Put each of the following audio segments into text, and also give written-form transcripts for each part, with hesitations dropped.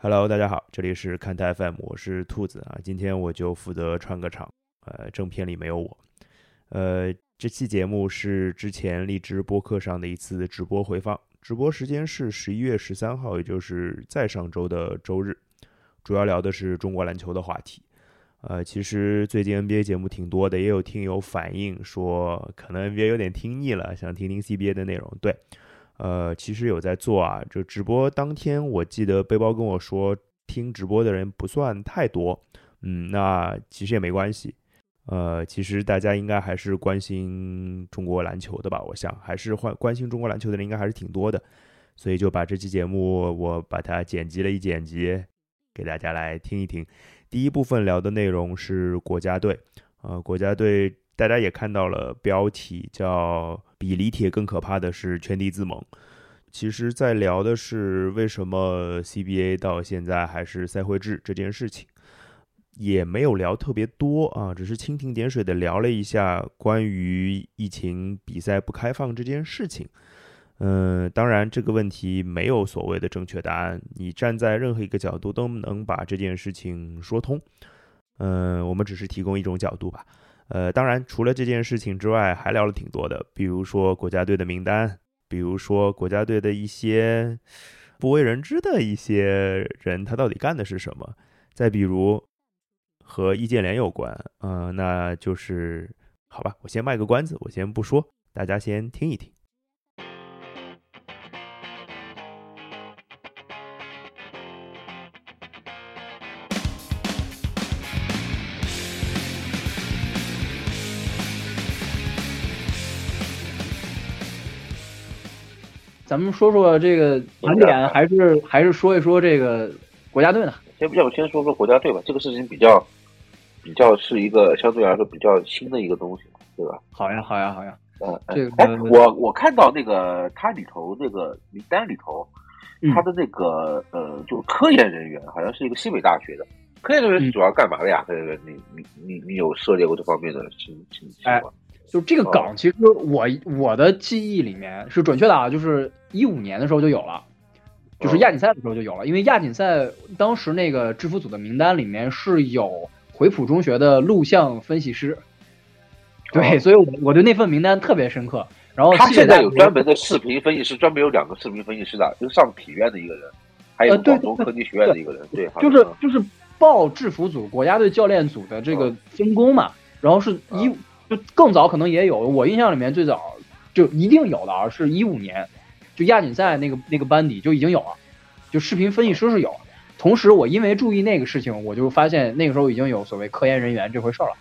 Hello，大家好，这里是看台 FM，我是兔子啊。今天我就负责串个场，正片里没有我。这期节目是之前荔枝播客上的一次直播回放，直播时间是11月13号，也就是在上周的周日，主要聊的是中国篮球的话题。其实最近 NBA 节目挺多的，也有听友反映说，可能 NBA 有点听腻了，想听听 CBA 的内容。对。其实有在做啊，就直播当天，我记得背包跟我说，听直播的人不算太多，那其实也没关系，其实大家应该还是关心中国篮球的吧，我想还是关心中国篮球的人应该还是挺多的，所以就把这期节目我把它剪辑了一剪辑，给大家来听一听。第一部分聊的内容是国家队，国家队大家也看到了标题叫比李铁更可怕的是圈地自萌，其实在聊的是为什么 CBA 到现在还是赛会制这件事情，也没有聊特别多啊，只是蜻蜓点水的聊了一下关于疫情比赛不开放这件事情。当然这个问题没有所谓的正确答案，你站在任何一个角度都能把这件事情说通。我们只是提供一种角度吧。当然除了这件事情之外还聊了挺多的，比如说国家队的名单，比如说国家队的一些不为人知的一些人他到底干的是什么，再比如和易建联有关，那就是好吧，我先卖个关子，我先不说，大家先听一听。 咱们说说这个盘点，还是说一说这个国家队呢？ 要不先说说国家队吧，这个事情比较是一个相对来说比较新的一个东西，对吧？ 好呀。 这个我看到那个它里头那个名单里头，它的那个就科研人员好像是一个西北大学的科研人员，是主要干嘛的呀？你有涉猎过这方面的情况吗？ 就这个岗，其实我的记忆里面是准确的啊，就是15年的时候就有了，就是亚锦赛的时候就有了，因为亚锦赛当时那个制服组的名单里面是有回浦中学的录像分析师，对，所以我对那份名单特别深刻。然后他现在有专门的视频分析师，专门有2个视频分析师的，一个上体院的一个人，还有广东科技学院的一个人，对， 就是报制服组国家队教练组的这个分工嘛，然后是就更早可能也有，我印象里面最早就一定有的啊，是15年，就亚锦赛那个班底就已经有了，就视频分析师是有。同时我因为注意那个事情，我就发现那个时候已经有所谓科研人员这回事了。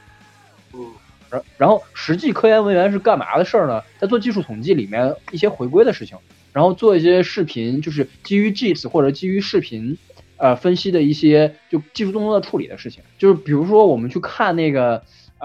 然后实际科研人员是干嘛的事儿呢？在做技术统计里面一些回归的事情，然后做一些视频，就是基于 GIS 或者基于视频分析的一些就技术动作的处理的事情，就是比如说我们去看那个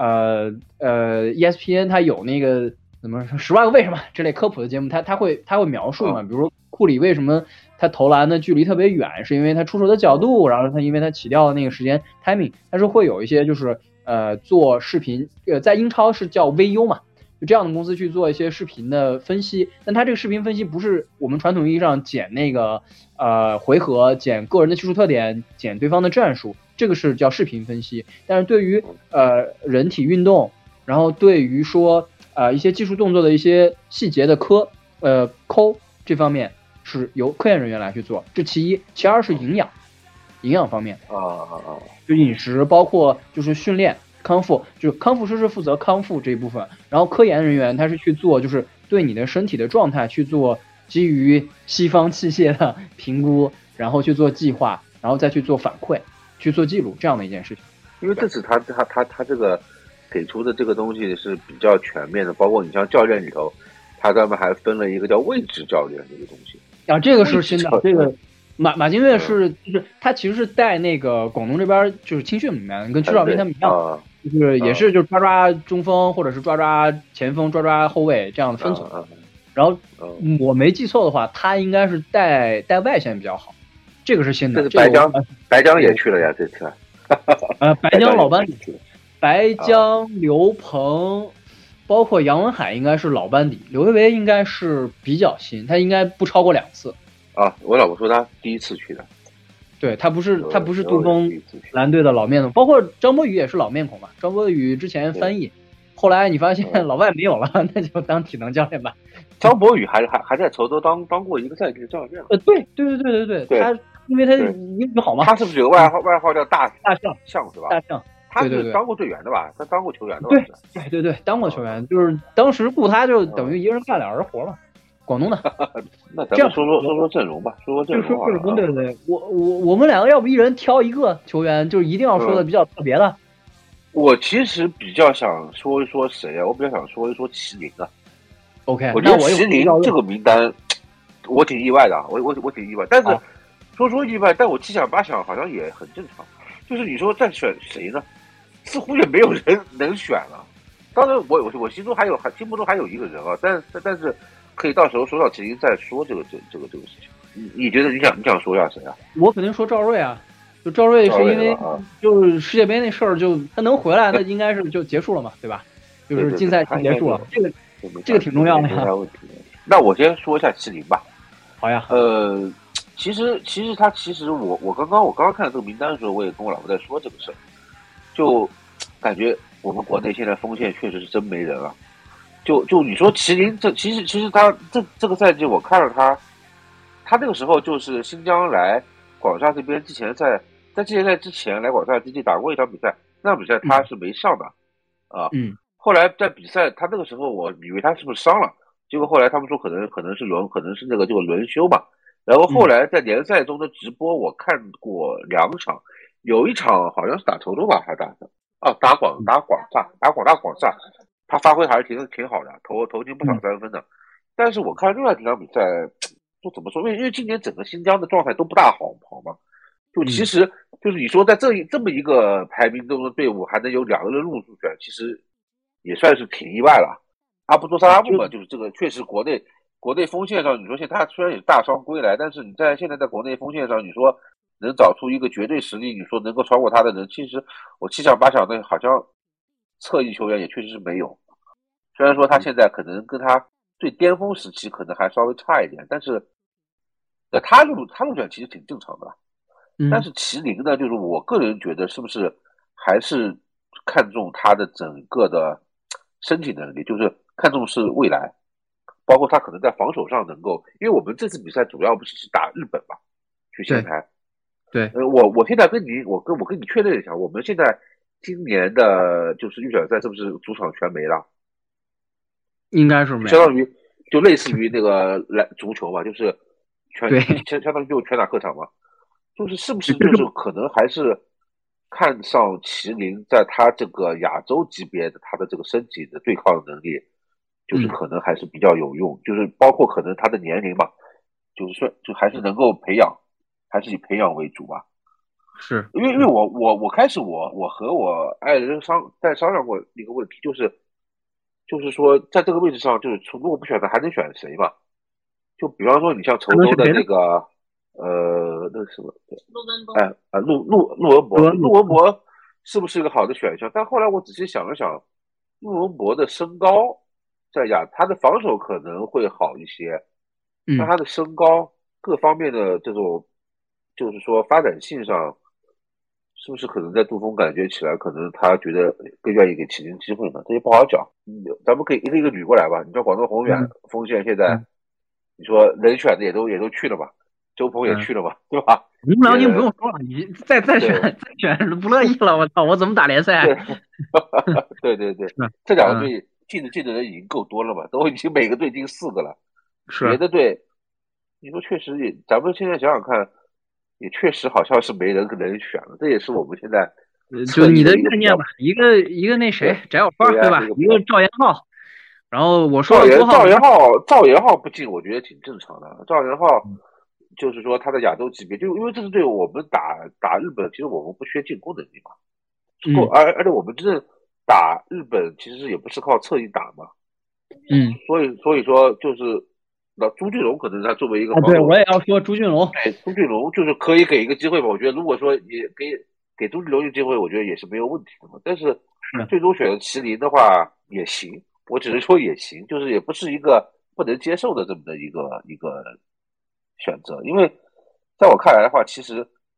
ESPN 它有那个怎么说10万个为什么这类科普的节目，它会描述嘛，比如说库里为什么他投篮的距离特别远，是因为他出手的角度，然后他因为他起掉的那个时间 timing， 但是会有一些就是做视频，在英超是叫 VU 嘛，就这样的公司去做一些视频的分析，但他这个视频分析不是我们传统意义上捡那个回合，捡个人的技术特点，捡对方的战术，这个是叫视频分析。但是对于人体运动，然后对于说一些技术动作的一些细节的抠这方面是由科研人员来去做，这其一。其二是营养方面就饮食，包括就是训练康复，就是康复师是负责康复这一部分，然后科研人员他是去做就是对你的身体的状态去做基于西方器械的评估，然后去做计划，然后再去做反馈，去做记录这样的一件事情。 因为这次他这个给出的这个东西是比较全面的，包括你像教练里头，他专门还分了一个叫位置教练这个东西。 这个是新的，这个马金岳是就是他其实是带那个广东这边就是青训里面跟屈兆斌他们一样，就是也是就是抓中锋或者是抓前锋抓后卫这样的分组。然后我没记错的话，他应该是带外线比较好，这个是新的。 白江也去了呀这次。 白江老班底，白江刘鹏。包括杨文海应该是老班底，刘维应该是比较新，他应该不超过2次。 我老婆说他第一次去的。 对，他不是杜锋蓝队的老面孔，包括张博宇也是老面孔嘛。张博宇之前翻译，后来你发现老外没有了，那就当体能教练吧。 张博宇还在稠州当过一个赛季的教练。 对，他因为他英语好嘛。 他是不是有个外号叫大象是吧？ 大象。 他是当过队员的吧？他当过球员的吧？ 对，当过球员，就是当时雇他就等于一个人干2人活了。广东的。 那咱们说阵容吧，说阵容。 对，我们两个要不一人挑一个球员，就是一定要说的比较特别的。 我其实比较想说一说谁啊？我比较想说一说麒麟啊。 OK， 我觉得麒麟这个名单，我挺意外的，我挺意外。但是说意外，但我七想八想，好像也很正常。就是你说再选谁呢？似乎也没有人能选了。当然我心中心目中还有一个人啊，但是可以到时候说到麒麟再说这个事情。你觉得你想说一下谁啊？ 我肯定说赵睿啊。就赵睿是因为就是世界杯那事儿，就他能回来，那应该是就结束了嘛，对吧？就是竞赛结束了，这个挺重要的呀。 那我先说一下麒麟吧。 好呀。 其实我刚刚看这个名单的时候，我也跟我老婆在说这个事儿，就感觉我们国内现在锋线确实是真没人了。就你说麒麟其实他这个赛季我看了他那个时候就是新疆来广厦这边之前在季前赛之前来广厦基地打过一场比赛，那场比赛他是没上的后来在比赛他那个时候我以为他是不是伤了，结果后来他们说可能是那个就轮休嘛。然后后来在联赛中的直播我看过2场，有一场好像是打稠州吧，还打广厦，他发挥还是挺好的，投进不少3分的。但是我看另外几场比赛，就怎么说？因为今年整个新疆的状态都不大好嘛。就其实就是你说在这么一个排名中的队伍还能有2个人入选，其实也算是挺意外了。阿卜杜萨拉木嘛，就是这个确实国内锋线上，你说现在他虽然也大伤归来，但是你现在在国内锋线上，你说能找出一个绝对实力，你说能够超过他的人，其实我7想8想的好像侧翼球员也确实是没有。虽然说他现在可能跟他最巅峰时期可能还稍微差一点，但是他入选其实挺正常的。但是麒麟呢，就是我个人觉得是不是还是看重他的整个的身体能力，就是看重是未来，包括他可能在防守上能够，因为我们这次比赛主要不是打日本嘛，去仙台。 对。 我现在跟你确认一下，我们现在今年的就是预选赛是不是主场全没了？ 应该是没， 相当于就类似于那个足球嘛，就是相当于就全打客场嘛。是不是就是可能还是看上麒麟在他这个亚洲级别的他的这个身体的对抗能力，就是可能还是比较有用，就是包括可能他的年龄嘛，就还是能够培养，还是以培养为主吧。 是因为我开始我和我爱人商量过一个问题，就是说在这个位置上，就是如果不选择还能选谁嘛？就比方说你像稠州的那个那个什么，陆文博是不是一个好的选项？但后来我仔细想了想，陆文博的身高他的防守可能会好一些，但他的身高各方面的这种，就是说发展性上，是不是可能在杜锋感觉起来，可能他觉得更愿意给麒麟机会呢？这也不好讲。咱们可以一个一个捋过来吧。你说广东宏远锋线现在，你说能选的也都去了嘛？周鹏也去了嘛，对吧？ 林良宁不用说了，你再选不乐意了，我操，我怎么打联赛？ 对，这2个队进的人已经够多了嘛，都已经每个队进4个了。别的队，你说确实也，咱们现在想想看，也确实好像是没人能选了。这也是我们现在就你的概念吧，一个那谁翟小川对吧？一个赵延浩。然后我说赵延浩不进，我觉得挺正常的。赵延浩就是说他的亚洲级别，就因为这支队我们打日本，其实我们不缺进攻能力嘛，而且我们真正打日本其实也不是靠侧翼打嘛，所以说就是那朱俊龙可能他作为一个对，我也要说朱俊龙， 朱俊龙就是可以给一个机会吧。我觉得如果说也给朱俊龙一个机会，我觉得也是没有问题的嘛。但是最终选择麒麟的话也行，我只能说也行，就是也不是一个不能接受的这么的一个选择。因为在我看来的话，其实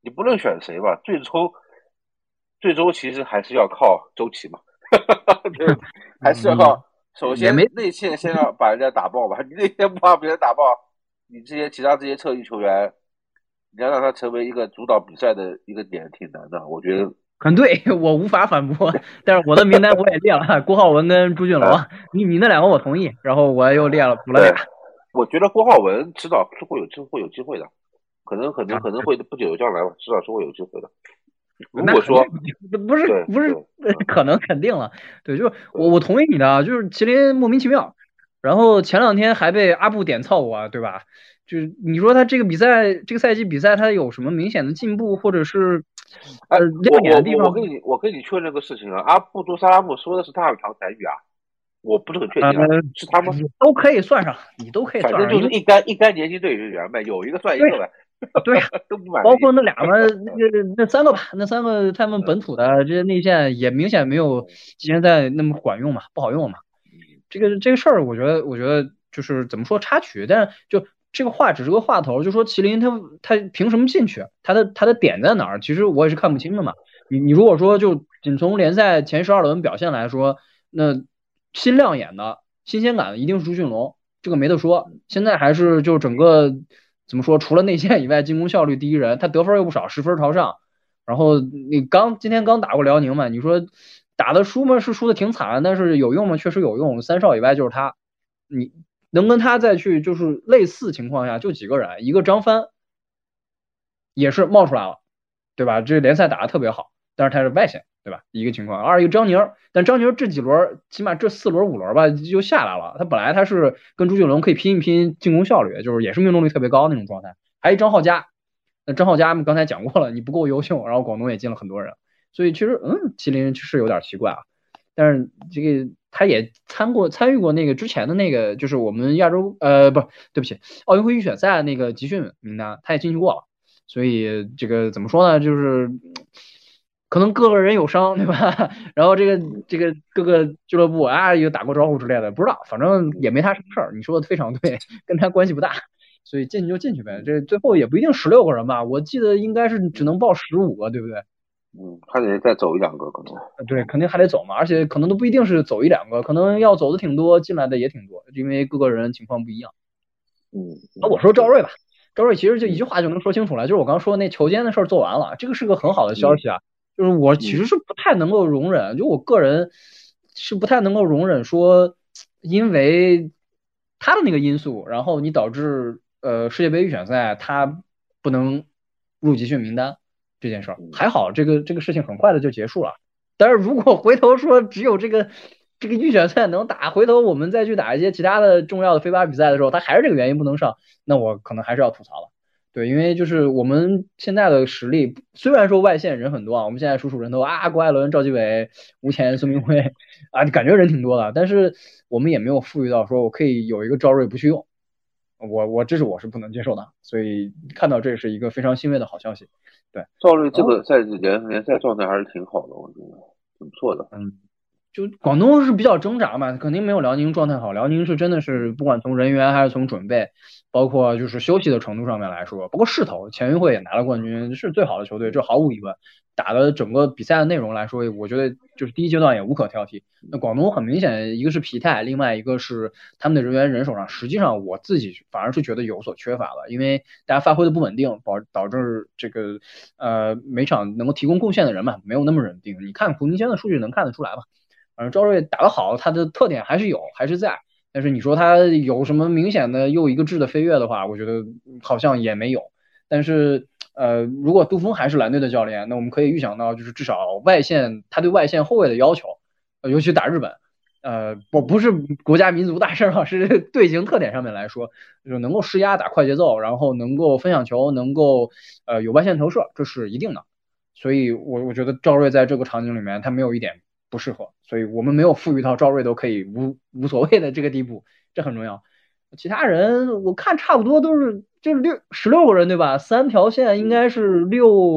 你不论选谁吧，最终其实还是要靠周琦嘛，对，还是要靠首先内线先要把人家打爆吧，你内线不把别人打爆，你这些其他这些侧翼球员，你要让他成为一个主导比赛的一个点挺难的，我觉得。 很对，我无法反驳，但是我的名单我也列了，郭浩文跟朱俊龙，你那两个我同意，然后我又列了补了俩。 我觉得郭浩文迟早是会有机会的，可能会不久的将来吧，迟早是会有机会的。如果说不是可能肯定了，对，就是我同意你的，就是麒麟莫名其妙，然后前2天还被阿布点操过，对吧？就是你说他这个赛季比赛他有什么明显的进步，或者是亮眼的地方？ 我跟你确认个事情啊，阿布杜萨拉姆说的是他有长才语啊，我不是很确定啊，是他吗？ 都可以算上，你都可以算上， 反正就是一干年轻队人员呗，有一个算一个呗。 对都不满意。 包括那俩嘛，那3个吧，那3个他们本土的这些内线也明显没有季前赛那么管用嘛，不好用嘛。这个事儿，我觉得就是怎么说插曲，但是就这个话只是个话头，就说麒麟他凭什么进去？他的点在哪儿？其实我也是看不清的嘛。你如果说就仅从联赛前12轮表现来说，那新亮眼的新鲜感一定是朱俊龙，这个没得说。现在还是就整个怎么说，除了内线以外，进攻效率第一人，他得分又不少，10分朝上。然后你今天刚打过辽宁嘛，你说打的输嘛是输的挺惨，但是有用吗？确实有用。3少以外就是他，你能跟他再去就是类似情况下就几个人，一个张帆也是冒出来了，对吧？这联赛打得特别好，但是他是外线，对吧？一个情况，一个张宁，但张宁这几轮起码这4轮5轮吧就下来了，他本来他是跟朱俊龙可以拼一拼进攻效率，就是也是命中率特别高那种状态。还有张浩佳，那张浩佳刚才讲过了，你不够优秀，然后广东也进了很多人，所以其实麒麟是有点奇怪啊。但是这个他也参与过那个之前的那个，就是我们亚洲不是对不起，奥运会预选赛那个集训名单，他也进去过了。所以这个怎么说呢？就是可能各个人有伤，对吧？然后这个各个俱乐部也打过招呼之类的，不知道，反正也没他什么事儿。你说的非常对，跟他关系不大。所以进去就进去呗，这最后也不一定16个人吧，我记得应该是只能报15个，对不对？ 还得再走1-2个可能。 对，肯定还得走嘛，而且可能都不一定是走1-2个，可能要走的挺多，进来的也挺多，因为各个人情况不一样。那我说赵睿吧，赵睿其实就一句话就能说清楚了，就是我刚说那球监的事儿做完了，这个是个很好的消息啊。就是我其实是不太能够容忍，就我个人是不太能够容忍说，因为他的那个因素，然后你导致世界杯预选赛他不能入集训名单这件事儿，还好这个事情很快的就结束了。但是如果回头说只有这个预选赛能打，回头我们再去打一些其他的重要的非法比赛的时候，他还是这个原因不能上，那我可能还是要吐槽了。对，因为就是我们现在的实力，虽然说外线人很多啊，我们现在数人头郭艾伦、赵继伟、吴前、孙铭徽感觉人挺多的，但是我们也没有富裕到说我可以有一个赵睿不去用，我这是不能接受的，所以看到这是一个非常欣慰的好消息。对， 赵睿这个赛季联赛状态还是挺好的，我觉得挺不错的。 就广东是比较挣扎嘛，肯定没有辽宁状态好。辽宁是真的是不管从人员还是从准备，包括就是休息的程度上面来说，包括势头，全运会也拿了冠军，是最好的球队，这毫无疑问。打的整个比赛的内容来说，我觉得就是第一阶段也无可挑剔。那广东很明显，一个是疲态，另外一个是他们的人手上，实际上我自己反而是觉得有所缺乏了，因为大家发挥的不稳定，导致这个每场能够提供贡献的人嘛，没有那么稳定。你看胡明轩的数据能看得出来吧？赵睿打得好，他的特点还是有，还是在。但是你说他有什么明显的又一个质的飞跃的话，我觉得好像也没有。但是如果杜峰还是蓝队的教练，那我们可以预想到，就是至少外线他对外线后卫的要求，尤其打日本，不是国家民族大事啊，是队形特点上面来说，就是能够施压打快节奏，然后能够分享球，能够有外线投射，这是一定的。所以我觉得赵睿在这个场景里面，他没有一点不适合，所以我们没有赋予到赵睿都可以无所谓的这个地步，这很重要。其他人我看差不多都是就是16个人对吧？3条线应该是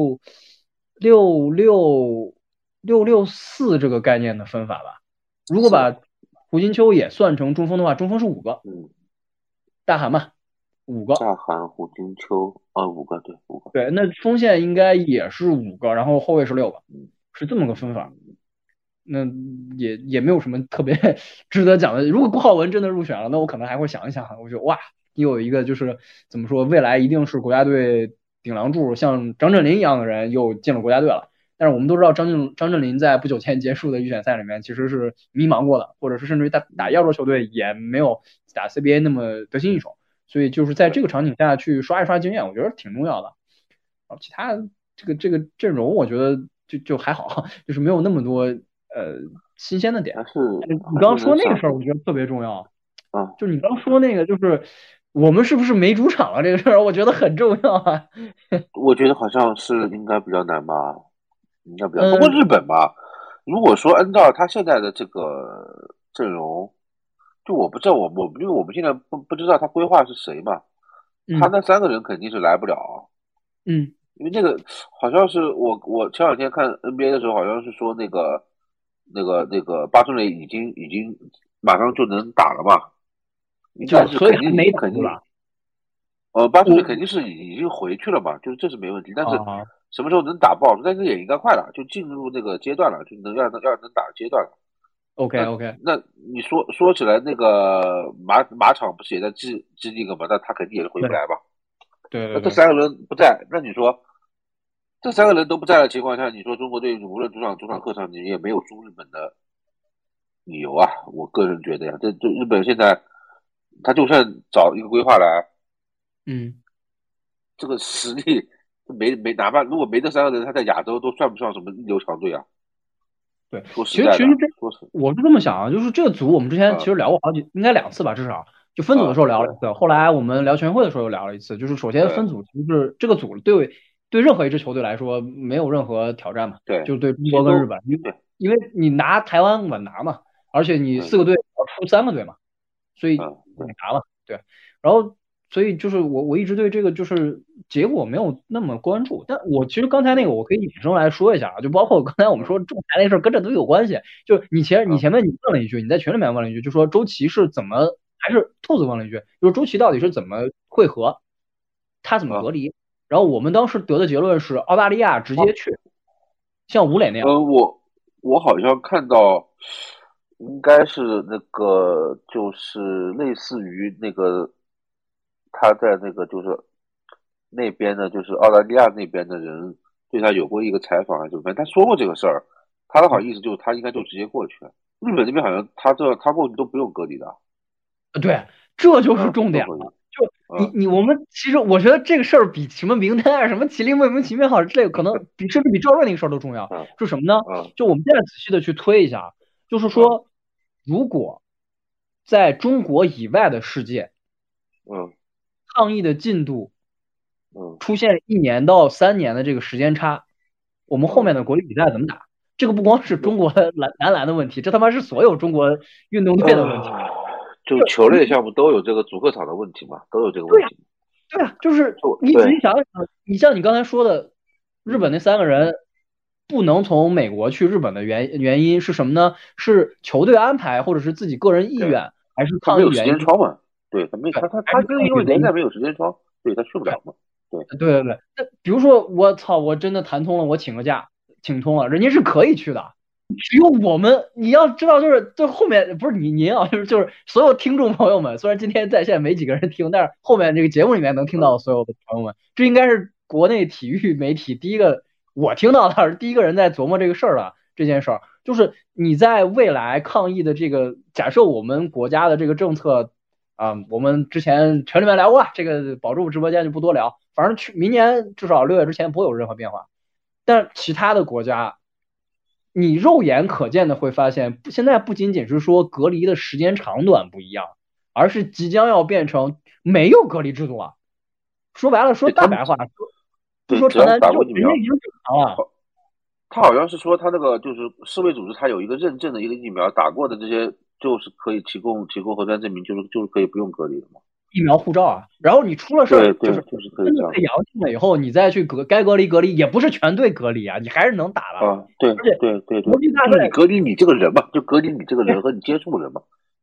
6-6-6-6-4这个概念的分法吧。如果把胡金秋也算成中锋的话，中锋是5个，大韩嘛， 5个。 夏涵、胡金秋5个，对5个。 对，那锋线应该也是5个，然后后卫是6个，是这么个分法。那也没有什么特别值得讲的。如果郭浩文真的入选了，那我可能还会想一想，我觉得哇，又有一个就是怎么说，未来一定是国家队顶梁柱，像张镇麟一样的人又进了国家队了。但是我们都知道张镇麟在不久前结束的预选赛里面其实是迷茫过的，或者是甚至于打亚洲球队也没有打 CBA 那么得心应手。所以就是在这个场景下去刷一刷经验，我觉得挺重要的。然后其他这个阵容，我觉得就还好，就是没有那么多新鲜的点。你刚刚说那个事儿，我觉得特别重要。就是你刚说那个，就是我们是不是没主场了这个事儿，我觉得很重要啊。 我觉得好像是应该比较难吧，应该比较。不过日本吧，如果说按照他现在的这个阵容，就我不知道因为我们现在不知道他规划是谁嘛，他那3个人肯定是来不了。因为那个好像是我前2天看 NBA 的时候，好像是说那个八村垒已经马上就能打了嘛，但是肯定八村垒肯定是已经回去了嘛，就是这是没问题，但是什么时候能打不好说，但是也应该快了，就进入那个阶段了，就能要能打的阶段了。 OK， 那你说起来，那个马场不是也在治那个嘛？那他肯定也是回不来吧？ 对。 那这3个人不在，那你说这3个人都不在的情况下，你说中国队无论主场客场，你也没有输日本的理由啊！我个人觉得呀，这日本现在他就算找一个规划来，这个实力哪怕如果没这3个人，他在亚洲都算不上什么一流强队啊。 对， 其实我是这么想啊，就是这个组我们之前其实聊过应该2次吧，至少就分组的时候聊了一次，后来我们聊全会的时候又聊了一次。就是首先分组其实是这个组对任何一支球队来说没有任何挑战嘛， 对， 就对中国跟日本，因为你拿台湾稳拿嘛，而且你4个队要出3个队嘛，所以你拿了，对，然后。所以就是我一直对这个就是结果没有那么关注，但我其实刚才那个我可以引申来说一下啊，就包括刚才我们说仲裁那事儿跟这都有关系。就你前面你问了一句，你在群里面问了一句，就说周琦是怎么，还是兔子问了一句，就是周琦到底是怎么会合，他怎么隔离？然后我们当时得的结论是澳大利亚直接去，像吴磊那样。 我好像看到应该是那个就是类似于那个。他在那个就是那边的，就是澳大利亚那边的人对他有过一个采访还是怎么样，他说过这个事儿，他的好意思就是他应该就直接过去了。日本那边好像他过去都不用隔离的。 对，这就是重点了。就我们其实我觉得这个事儿比什么名单啊、什么麒麟莫名其妙这个可能甚至比赵睿那个事儿都重要。是什么呢？就我们现在仔细的去推一下，就是说，如果在中国以外的世界，抗疫的进度，出现1年到3年的这个时间差，我们后面的国际比赛怎么打？这个不光是中国男篮的问题，这他妈是所有中国运动队的问题。 就球类项目都有这个主客场的问题嘛，都有这个问题。 对啊，就是你仔细想想，你像你刚才说的，日本那3个人不能从美国去日本的原因是什么呢？是球队安排，或者是自己个人意愿，还是抗疫原因？ 时间窗嘛，对，他因为联赛没有时间窗，对他去不了嘛。 对。那比如说我真的谈通了，我请个假，请通了，人家是可以去的。只有我们，你要知道，就后面不是您啊，就是所有听众朋友们，虽然今天在线没几个人听，但是后面这个节目里面能听到所有的朋友们，这应该是国内体育媒体第一个我听到的，是第一个人在琢磨这个事儿了。这件事儿就是你在未来抗疫的这个假设，我们国家的这个政策我们之前群里面聊过，这个保住直播间就不多聊，反正明年至少6月之前不会有任何变化。但其他的国家，你肉眼可见的会发现，现在不仅仅是说隔离的时间长短不一样，而是即将要变成没有隔离制度了。说白了，说大白话，就说陈丹就人家已经正常了。 他好像是说他那个就是世卫组织，他有一个认证的一个疫苗打过的这些，就是可以提供核酸证明，就是可以不用隔离的嘛。 疫苗护照啊，然后你出了事儿， 就是可以这样。 被阳性了以后，你再去该隔离，也不是全队隔离啊，你还是能打的。 对， 而且对，国际大赛你隔离你这个人嘛，就隔离你这个人和你接触的人嘛，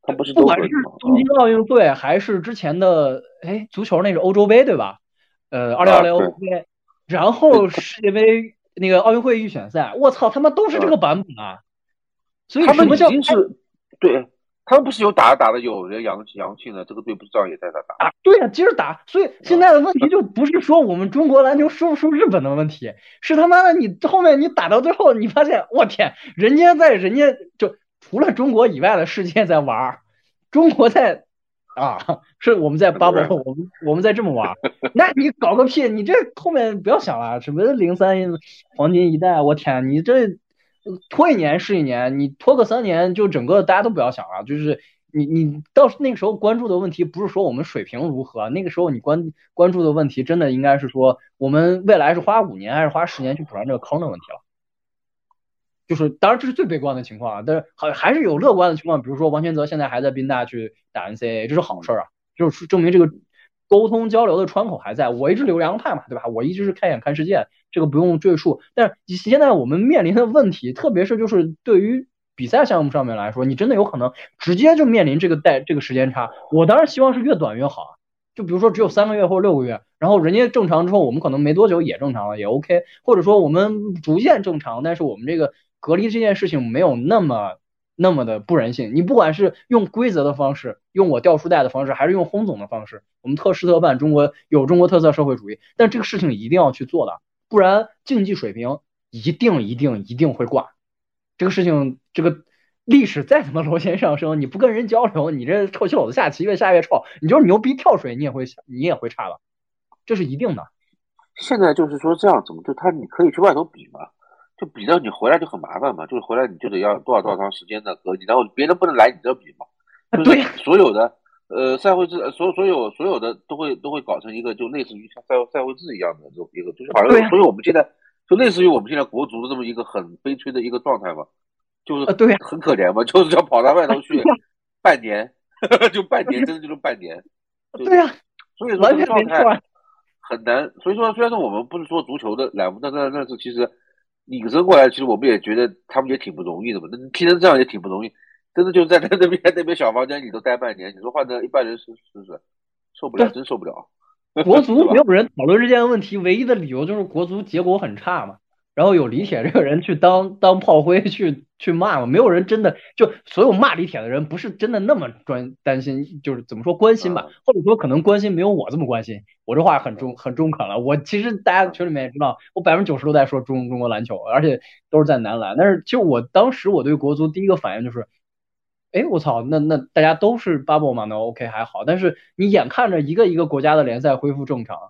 他不是不管是东京奥运会还是之前的足球那个欧洲杯对吧？2020欧洲杯，然后世界杯那个奥运会预选赛，我操，他妈都是这个版本啊！所以什么叫对？他们不是有打的有人阳性的，这个队不是照样也在打？ 对啊，接着打。所以现在的问题就不是说我们中国篮球输不输日本的问题，是他妈的你后面你打到最后，你发现我天，人家就除了中国以外的世界在玩，中国在是我们在 bubble， 我们在这么玩，那你搞个屁！你这后面不要想了，什么03黄金一代，我天，你这拖一年是一年，你拖个3年，就整个大家都不要想了。就是你到那个时候关注的问题，不是说我们水平如何，那个时候你关注的问题，真的应该是说我们未来是花5年还是花10年去补上这个坑的问题了。就是当然这是最悲观的情况啊，但是还是有乐观的情况，比如说王全泽现在还在宾大去打 NCAA， 这是好事啊，就是证明这个沟通交流的窗口还在。我一直留洋派嘛，对吧？我一直是开眼看世界，这个不用赘述。但是现在我们面临的问题，特别是就是对于比赛项目上面来说，你真的有可能直接就面临这个时间差。我当然希望是越短越好，就比如说只有3个月或者6个月，然后人家正常之后，我们可能没多久也正常了，也 OK。或者说我们逐渐正常，但是我们这个隔离这件事情没有那么的不人性。你不管是用规则的方式，用我掉书袋的方式，还是用轰总的方式，我们特事特办，中国特色社会主义，但这个事情一定要去做的，不然竞技水平一定会挂。这个事情，这个历史再怎么螺旋上升，你不跟人交流，你这臭棋篓子下棋越下越臭，你就是牛逼跳水，你也会差的，这是一定的。 现在就是说这样子嘛，就你可以去外头比嘛，就比到你回来就很麻烦嘛，就是回来你就得要多少长时间的隔离，然后别人不能来你这比嘛，就是所有的赛会制，所有的都会搞成一个就类似于像赛会制一样的这种一个，就是好像所以我们现在就类似于我们现在国足的这么一个很悲催的一个状态嘛，就是很可怜嘛，就是要跑到外头去半年，就半年，真的就是半年。 对呀， 所以说这个状态很难。所以说虽然说我们不是说足球的栏目，但是其实引申过来，其实我们也觉得他们也挺不容易的嘛。那踢成这样也挺不容易，真的就在那边小房间里头待半年，你说换成一般人是受不了，真受不了。 国足没有人讨论这件问题，唯一的理由就是国足结果很差嘛。然后有李铁这个人去当炮灰去骂嘛，没有人真的就所有骂李铁的人不是真的那么担心，就是怎么说关心吧，或者说可能关心没有我这么关心。我这话很中肯了，我其实大家群里面也知道，我90%都在说中国篮球，而且都是在男篮。但是其实我当时我对国足第一个反应就是，我操，那大家都是 bubble 嘛，那 OK 还好。但是你眼看着一个一个国家的联赛恢复正常，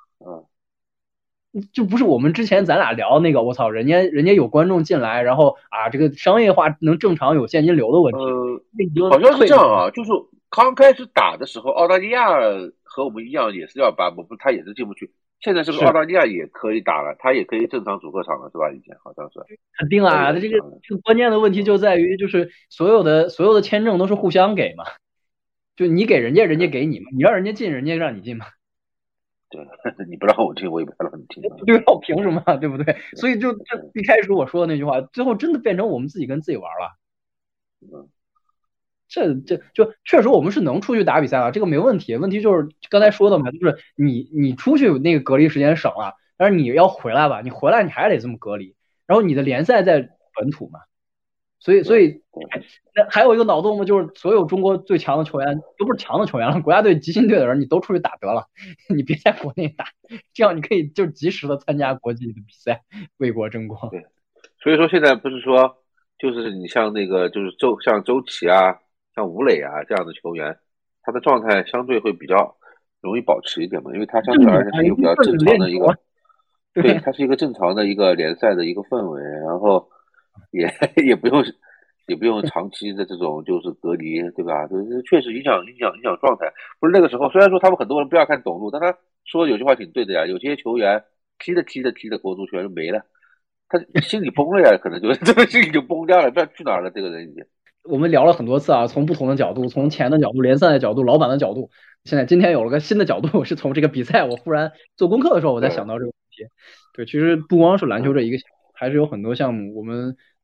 就不是我们之前咱俩聊那个，我操，人家有观众进来，然后这个商业化能正常有现金流的问题， 好像是这样啊，就是刚开始打的时候，澳大利亚和我们一样也是要bubble，他也是进不去。现在是不是澳大利亚也可以打了？他也可以正常主客场了，是吧？以前好像是。 肯定啊，这个关键的问题就在于，就是所有的签证都是互相给嘛，就你给人家，人家给你嘛，你让人家进，人家让你进嘛。 对，你不让我进，我也不让你进。 对，我凭什么，对不对？所以就一开始我说的那句话，最后真的变成我们自己跟自己玩了。这就确实我们是能出去打比赛了，这个没问题。问题就是刚才说的嘛，就是你出去那个隔离时间省了，但是你要回来吧，你回来你还得这么隔离，然后你的联赛在本土嘛，所以那还有一个脑洞嘛，就是所有中国最强的球员都不是强的球员了，国家队集训队的人你都出去打得了，你别在国内打，这样你可以就及时的参加国际的比赛，为国争光。 对，所以说现在不是说就是你像那个就是像周琦啊。像吴磊啊这样的球员，他的状态相对会比较容易保持一点嘛，因为他相对而言是一个比较正常的一个，对，他是一个正常的一个联赛的一个氛围，然后也不用长期的这种就是隔离，对吧？就是确实影响状态。不是那个时候，虽然说他们很多人不要看董路，但他说有句话挺对的呀，有些球员踢的国足球员没了，他心里崩了呀，可能就是这个心里就崩掉了，不知道去哪儿了，这个人已经。 我们聊了很多次啊，从不同的角度，从钱的角度、联赛的角度、老板的角度，今天有了个新的角度，是从这个比赛，我忽然做功课的时候，我才想到这个问题。对，其实不光是篮球这一个项目，还是有很多项目，我们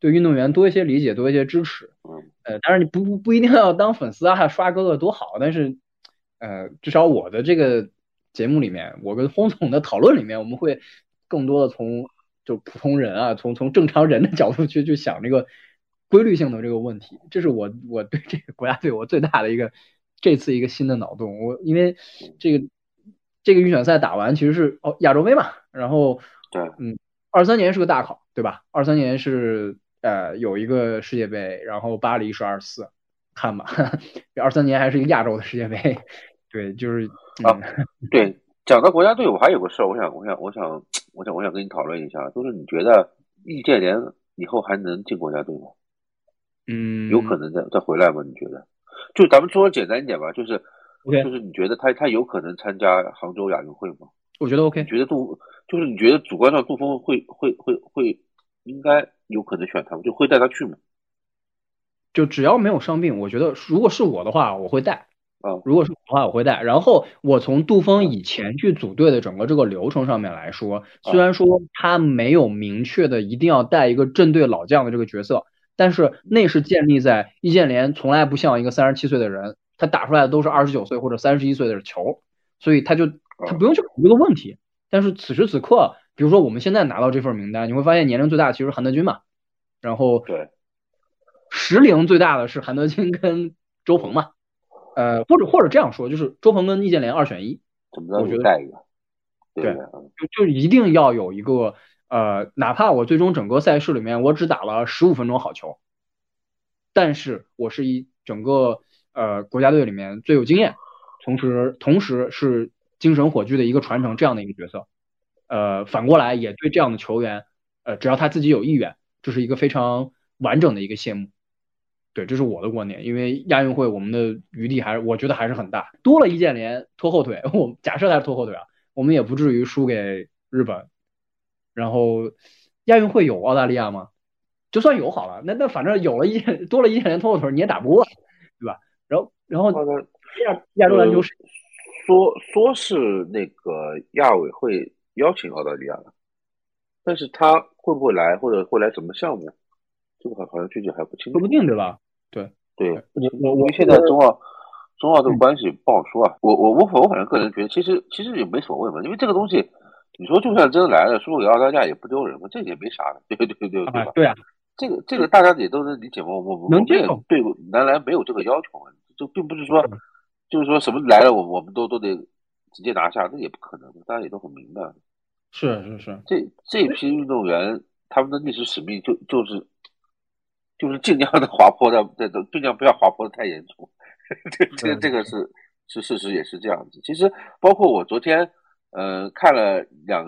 对运动员多一些理解，多一些支持。当然你不一定要当粉丝啊，刷哥哥多好，但是至少我的这个节目里面，我跟轰总的讨论里面，我们会更多的从就普通人啊，从正常人的角度去想这个规律性的这个问题。这是我对这个国家队我最大的这次一个新的脑洞。因为这个预选赛打完其实是亚洲杯嘛，然后对 23年是个大考，对吧？23年是有一个世界杯，然后巴黎是24，看吧，23年还是一个亚洲的世界杯。对，就是对，讲到国家队，我还有个事儿，我想跟你讨论一下，就是你觉得易建联以后还能进国家队吗？有可能再回来吗？你觉得？就咱们说简单一点吧，就是你觉得他有可能参加杭州亚运会吗？ 我觉得 OK。 你觉得你觉得主观上杜锋会应该有可能选他们，就会带他去吗？ 就只要没有伤病，我觉得如果是我的话，我会带。如果是我的话，我会带。然后我从杜锋以前去组队的整个这个流程上面来说，虽然说他没有明确的一定要带一个镇队老将的这个角色，但是那是建立在易建联从来不像一个37岁的人，他打出来的都是29岁或者31岁的球，所以他不用去考虑这个问题。但是此时此刻，比如说我们现在拿到这份名单，你会发现年龄最大的其实是韩德君嘛，然后对， 实龄最大的是韩德君跟周鹏嘛。或者这样说，就是周鹏跟易建联2选1，我觉得带一个， 对，就一定要有一个哪怕我最终整个赛事里面我只打了15分钟好球，但是我是一整个国家队里面最有经验，同时是精神火炬的一个传承这样的一个角色。反过来也对这样的球员，只要他自己有意愿，这是一个非常完整的一个谢幕。对，这是我的观点，因为亚运会我们的余地我觉得还是很大，多了易建联拖后腿，假设他是拖后腿啊，我们也不至于输给日本。然后亚运会有澳大利亚吗？就算有好了，那反正多了易建联拖后腿你也打不过，对吧？然后亚洲篮球说是那个亚委会邀请澳大利亚的，但是他会不会来或者会来什么项目？这个好像具体还不清楚， 说不定对吧？对， 因为现在中澳这个关系不好说啊。我反正个人觉得，其实也没所谓嘛，因为这个东西，你说就算真来了，输给澳大利亚也不丢人嘛，这也没啥的，对吧？ 对啊， 这个大家也都能理解嘛。我们也对男篮没有这个要求啊，就并不是说就是说什么来了我们都得直接拿下，那也不可能，大家也都很明白。 是， 这批运动员他们的历史使命就是尽量的滑坡的，尽量不要滑坡的太严重。这个是事实，也是这样子。其实包括我昨天看了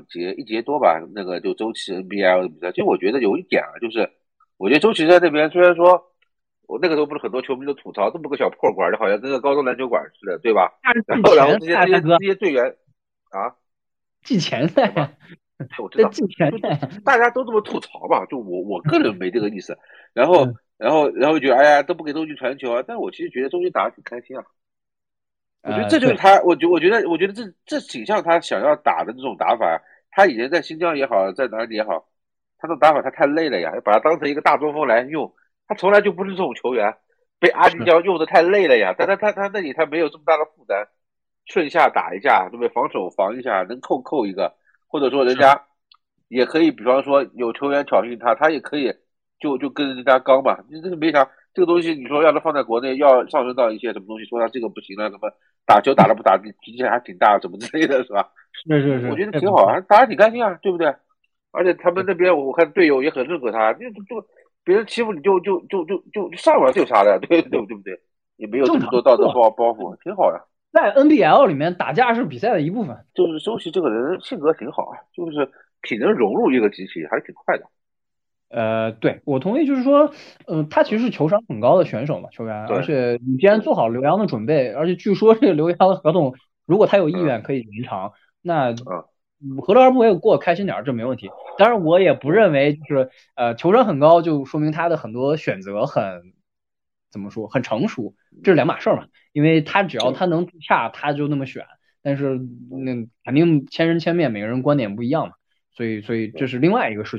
1节多吧，那个就周琦 NBL 的比赛。其实我觉得有一点啊，就是我觉得周琦在那边虽然说我那个时候不是很多球迷都吐槽这么个小破馆，就好像跟个高中篮球馆似的，对吧？然后这些队员啊， 季前赛。 我知道，大家都这么吐槽吧，就我个人没这个意思。然后觉得哎呀都不给周琦传球啊，但我其实觉得周琦打得挺开心啊。我觉得这就是他，我觉得这挺像他想要打的这种打法。他以前在新疆也好，在哪里也好，他这种打法他太累了呀，把他当成一个大中锋来用，他从来就不是这种球员，被阿迪胶用的太累了呀。但他那里他没有这么大的负担，顺下打一下，对不对？防守防一下，能扣一个。或者说人家也可以，比方说有球员挑衅他也可以就跟人家刚嘛。你这个没啥，这个东西你说要是放在国内，要上升到一些什么东西，说他这个不行了，什么打球打了不打，脾气还挺大，什么之类的，是吧？ 是， 我觉得挺好啊，打得挺开心啊，对不对？而且他们那边我看队友也很认可他，就别人欺负你就上了，这有啥的，对不对？也没有这么多道德包袱，挺好的。 在 NBL 里面打架是比赛的一部分。 就是周琦这个人性格挺好啊，就是挺能融入一个集体，还是挺快的。 对，我同意，就是说，他其实是球商很高的选手嘛，球员，而且你既然做好留洋的准备，而且据说这个留洋的合同，如果他有意愿可以延长，那何乐而不为，过开心点，这没问题。当然，我也不认为就是球商很高就说明他的很多选择怎么说很成熟，这是两码事嘛。因为他只要他能自洽，他就那么选。但是那肯定千人千面，每个人观点不一样嘛，所以这是另外一个事情。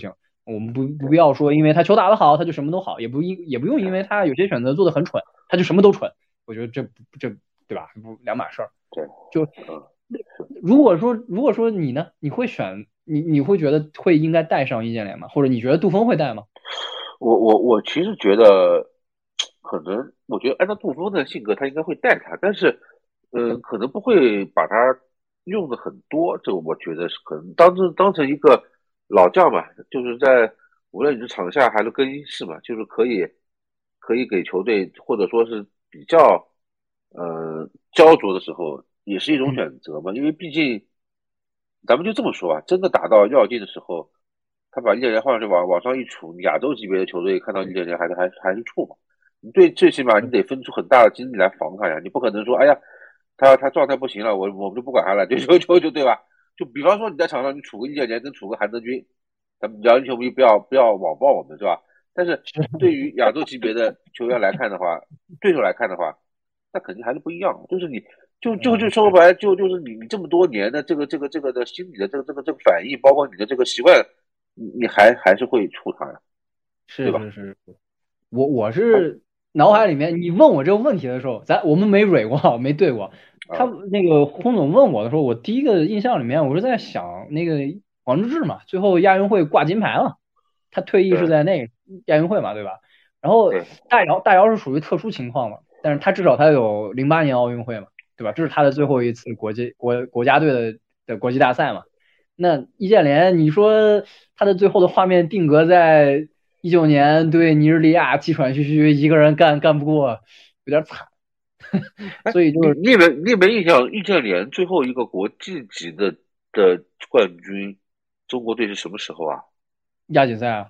我们不必要说，因为他球打得好，他就什么都好，也不用因为他有些选择做得很蠢，他就什么都蠢。我觉得这对吧？不两码事儿。 对， 就如果说你呢，你会选你会觉得会应该带上易建联吗？或者你觉得杜锋会带吗？ 我其实觉得，可能我觉得按照杜锋的性格，他应该会带他，但是，可能不会把他用的很多。这个我觉得是可能当成一个老将嘛，就是在无论你是场下还是更衣室嘛，就是可以给球队或者说是比较焦灼的时候，也是一种选择嘛。因为毕竟咱们就这么说啊，真的打到要紧的时候。他把易建联放上去往上一杵，亚洲级别的球队看到易建联还是怵嘛？你最起码你得分出很大的精力来防他呀，你不可能说哎呀，他状态不行了，我们就不管他了，就对吧？就比方说你在场上你杵个易建联跟杵个韩德君，咱们辽宁球迷不要网暴我们是吧？但是对于亚洲级别的球员来看的话，对手来看的话，那肯定还是不一样。就是你就说白了，就是你这么多年的这个的心理的这个反应，包括你的这个习惯。你还是会触他呀，对吧？ 是，我是脑海里面，你问我这个问题的时候，我们没蕊过，没对过。他那个洪总问我的时候，我第一个印象里面，我是在想那个黄志志嘛，最后亚运会挂金牌了，他退役是在那个亚运会嘛，对吧？然后大姚是属于特殊情况嘛，但是他至少他有08年奥运会嘛，对吧？这是他的最后一次国家队的国际大赛嘛。那易建联，你说他的最后的画面定格在19年对尼日利亚气喘吁吁，一个人干不过，有点惨。所以就是你有没有印象，易建联最后一个国际级的冠军，中国队是什么时候啊？ 亚锦赛啊，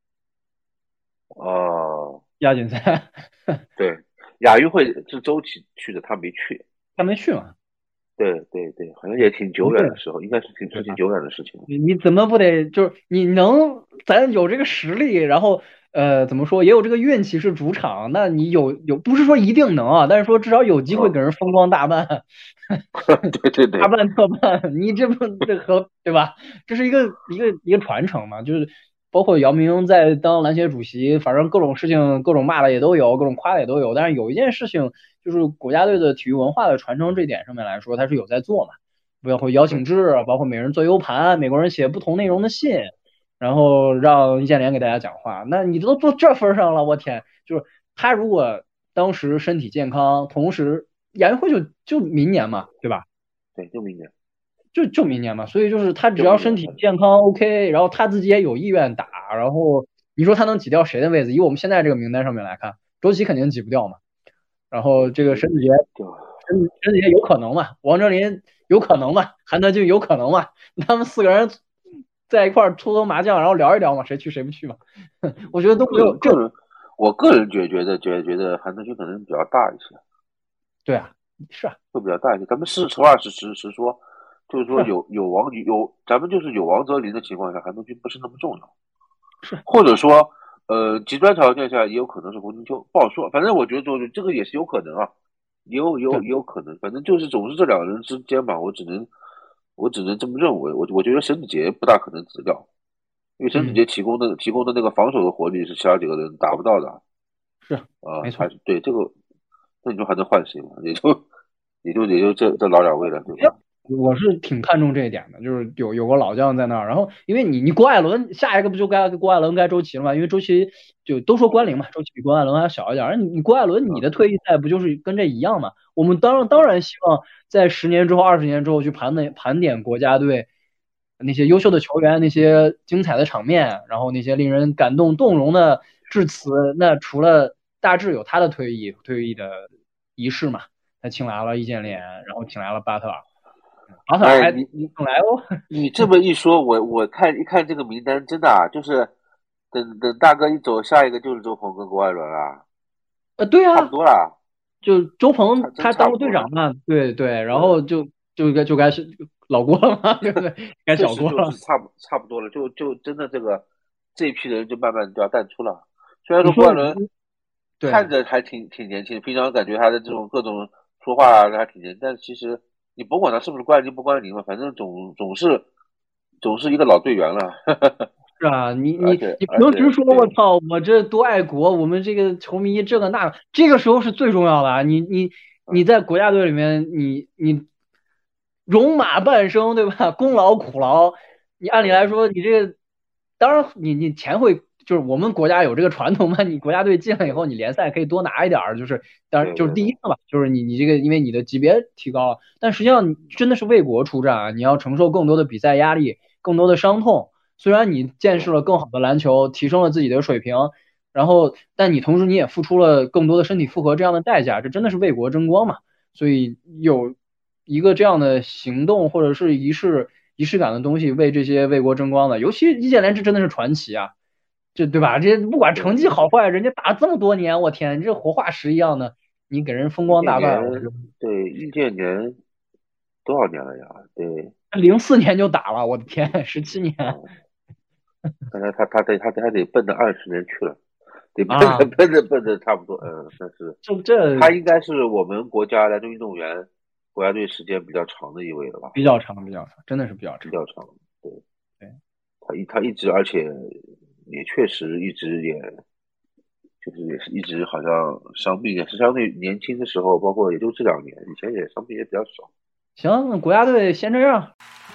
哦， 亚锦赛， 对，亚运会是周琦去的，他没去。 他没去嘛？ 对，好像也挺久远的时候，应该是挺久远的事情了。 你怎么不得就是咱有这个实力，然后怎么说也有这个运气是主场，那你有不是说一定能啊，但是说至少有机会给人风光大办， 对， 大办特办，你这不这和对吧？这是一个传承嘛，就是包括姚明在当篮协主席，反正各种事情各种骂的也都有，各种夸的也都有，但是有一件事情就是国家队的体育文化的传承这点上面来说，他是有在做嘛。包括邀请制，包括每人做 U 盘，美国人写不同内容的信，然后让易建联给大家讲话。那你都做这份上了，我天！就是他如果当时身体健康，同时亚运会就明年嘛，对吧？ 对，就明年， 就明年嘛。所以就是他只要身体健康 OK，然后他自己也有意愿打，然后你说他能挤掉谁的位置？以我们现在这个名单上面来看，周琦肯定挤不掉嘛。然后这个申子杰有可能嘛？王哲林有可能嘛？韩德君有可能嘛？他们4个人在一块儿搓麻将，然后聊一聊嘛，谁去谁不去嘛？我觉得都没有。 我个人觉得韩德君可能比较大一些。 对啊，是啊， 会比较大一些。咱们实话实说，就是说咱们就是有王哲林的情况下，韩德君不是那么重要。 是， 或者说，极端条件下也有可能是胡金秋，不好说。反正我觉得这个也是有可能啊，也有可能。反正就是总是这两个人之间嘛，我只能这么认为。我觉得沈子杰不大可能辞掉，因为沈子杰提供的那个防守的活力是其他几个人达不到的。 是啊，没错， 还是对这个，那你说还能换谁嘛？也就这老两位了，对吧？ 我是挺看重这一点的，就是有个老将在那儿，然后因为你郭艾伦下一个不就该郭艾伦该周琦了吗？因为周琦就都说关龄嘛，周琦比郭艾伦还小一点，而你郭艾伦你的退役赛不就是跟这一样吗？我们当然希望在10年之后、20年之后去盘点国家队那些优秀的球员、那些精彩的场面，然后那些令人感动动容的致辞。那除了大致有他的退役的仪式嘛，他请来了易建联，然后请来了巴特尔。 你来哦！ 你这么一说，我看这个名单，真的啊，就是等大哥一走，下一个就是周鹏跟郭艾伦啊。 对啊， 差不多啦。 就周鹏他当过队长嘛，对，然后就该是老郭了嘛，对不对？该小郭了。 就是差不多了，就真的这一批人就慢慢就要淡出了。虽然说郭艾伦看着还挺年轻，平常感觉他的这种各种说话啊还挺年轻，但其实你甭管他是不是关零不关零嘛，反正总是一个老队员了。 是啊，你平时说我操，我这多爱国，我们这个球迷这个那个，这个时候是最重要的啊！你在国家队里面，你戎马半生，对吧？功劳苦劳，你按理来说，你这个当然你钱会，就是我们国家有这个传统嘛，你国家队进了以后，你联赛可以多拿一点儿，就是当然就是第一个吧，就是你这个因为你的级别提高了，但实际上你真的是为国出战啊，你要承受更多的比赛压力，更多的伤痛。虽然你见识了更好的篮球，提升了自己的水平，然后但你同时你也付出了更多的身体负荷这样的代价，这真的是为国争光嘛？所以有一个这样的行动或者是仪式感的东西，为这些为国争光的，尤其易建联这真的是传奇啊！这对吧？这不管成绩好坏，人家打了这么多年，我天，这活化石一样的，你给人风光大半。 对，易建联多少年了呀？对 ，04年就打了，我的天，17年。 刚才他得奔着20年去了，得奔着差不多，但是这他应该是我们国家篮球运动员国家队时间比较长的一位了吧？ 比较长，真的是比较长。对，他一直，而且也确实一直也是一直好像伤病也是相对年轻的时候，包括也就这2年，以前也伤病也比较少。 行，那国家队先这样。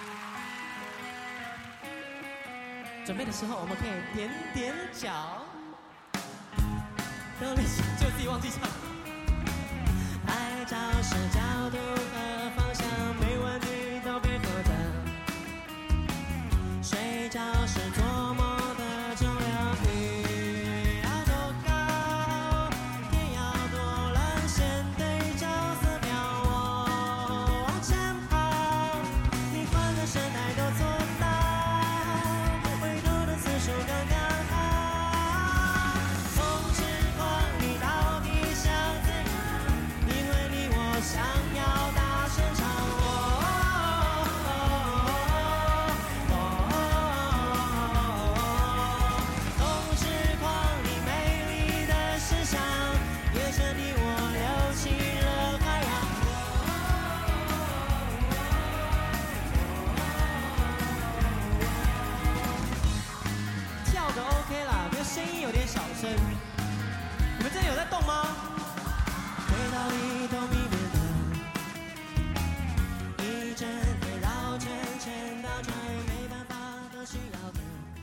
准备的时候，我们可以点点脚，用力气就自己忘记唱。拍照时角度和方向没问题，都配合的。睡觉时做梦的重量比要多高，天要多蓝，先对角色飘我往前跑。你换个身材都做到。刚刚好，风之狂，你到底想怎样？因为你我想要大声唱。风之狂，你美丽的思想，也是你我流进了海洋。跳的 OK 啦，可是声音有点小声。你们真的有在动吗？回到里头迷恋的，一整天绕圈圈到转，没办法都需要的。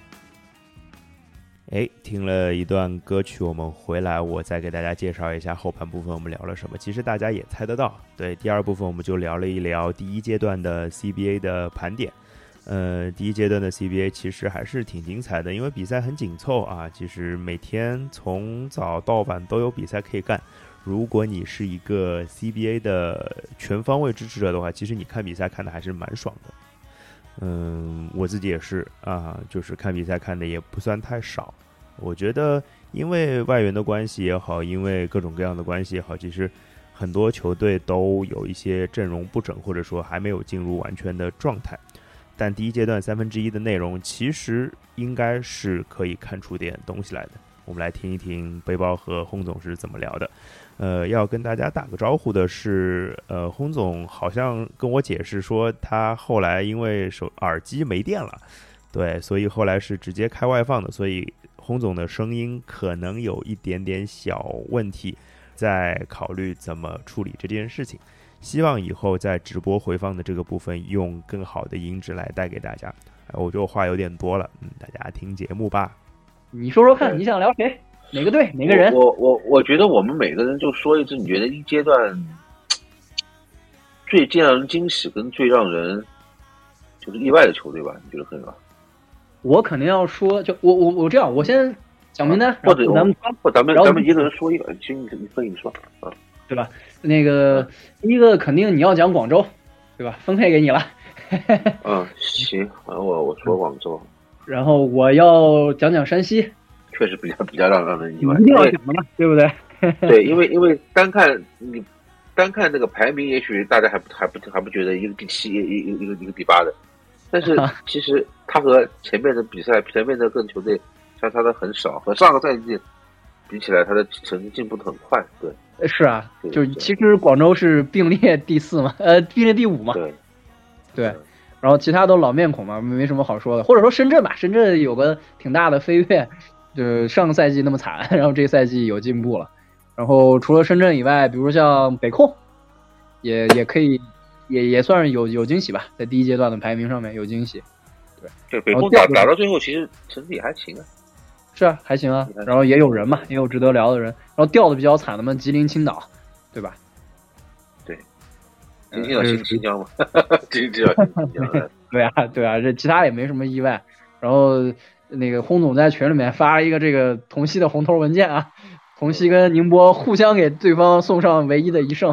听了一段歌曲，我们回来，我再给大家介绍一下后半部分我们聊了什么。其实大家也猜得到，对，第2部分我们就聊了一聊第1阶段的 CBA 的盘点。第1阶段的 CBA 其实还是挺精彩的，因为比赛很紧凑啊，其实每天从早到晚都有比赛可以干。如果你是一个 CBA 的全方位支持者的话，其实你看比赛看的还是蛮爽的。我自己也是啊，就是看比赛看的也不算太少。我觉得因为外援的关系也好，因为各种各样的关系也好，其实很多球队都有一些阵容不整，或者说还没有进入完全的状态。但第1阶段1/3的内容其实应该是可以看出点东西来的。我们来听一听背包和轰总是怎么聊的。要跟大家打个招呼的是，轰总好像跟我解释说，他后来因为耳机没电了，对，所以后来是直接开外放的，所以轰总的声音可能有一点点小问题，在考虑怎么处理这件事情。希望以后在直播回放的这个部分用更好的音质来带给大家。我觉得我话有点多了，大家听节目吧。 你说说看，你想聊谁？哪个队？哪个人？ 我觉得我们每个人就说一支，你觉得1阶段最让人惊喜跟最让人就是意外的球队吧？你觉得可以吗？ 我肯定要说，就我这样，我先讲名单， 或者咱们一个人说一个，你分你说啊。 对吧？那个第一个肯定你要讲广州，对吧？分配给你了。 行，我说广州， 然后我要讲山西， 确实比较让人意外， 一定要讲的嘛，对不对？ 对，因为单看这个排名，也许大家还不觉得一个第7，一个第8的，但是其实他和前面的比赛，前面的各球队相差的很少，和上个赛季比起来，他的成绩进步的很快，对。 是啊，就是其实广州是并列第4嘛，并列第5嘛。 对。 然后其他都老面孔嘛，没什么好说的。或者说深圳吧，深圳有个挺大的飞跃，就是上个赛季那么惨，然后这个赛季有进步了。然后除了深圳以外，比如像北控，也可以，也算是有惊喜吧，在第一阶段的排名上面有惊喜。 对，北控打到最后其实成绩还行啊。 是啊，还行啊。然后也有人嘛，也有值得聊的人。然后掉的比较惨的嘛，吉林青岛，对吧？ 对，吉林青岛新疆嘛，吉林青岛新疆。 对啊，这其他也没什么意外。然后那个轰总在群里面发了一个这个同曦的红头文件啊，同曦跟宁波互相给对方送上唯一的一胜。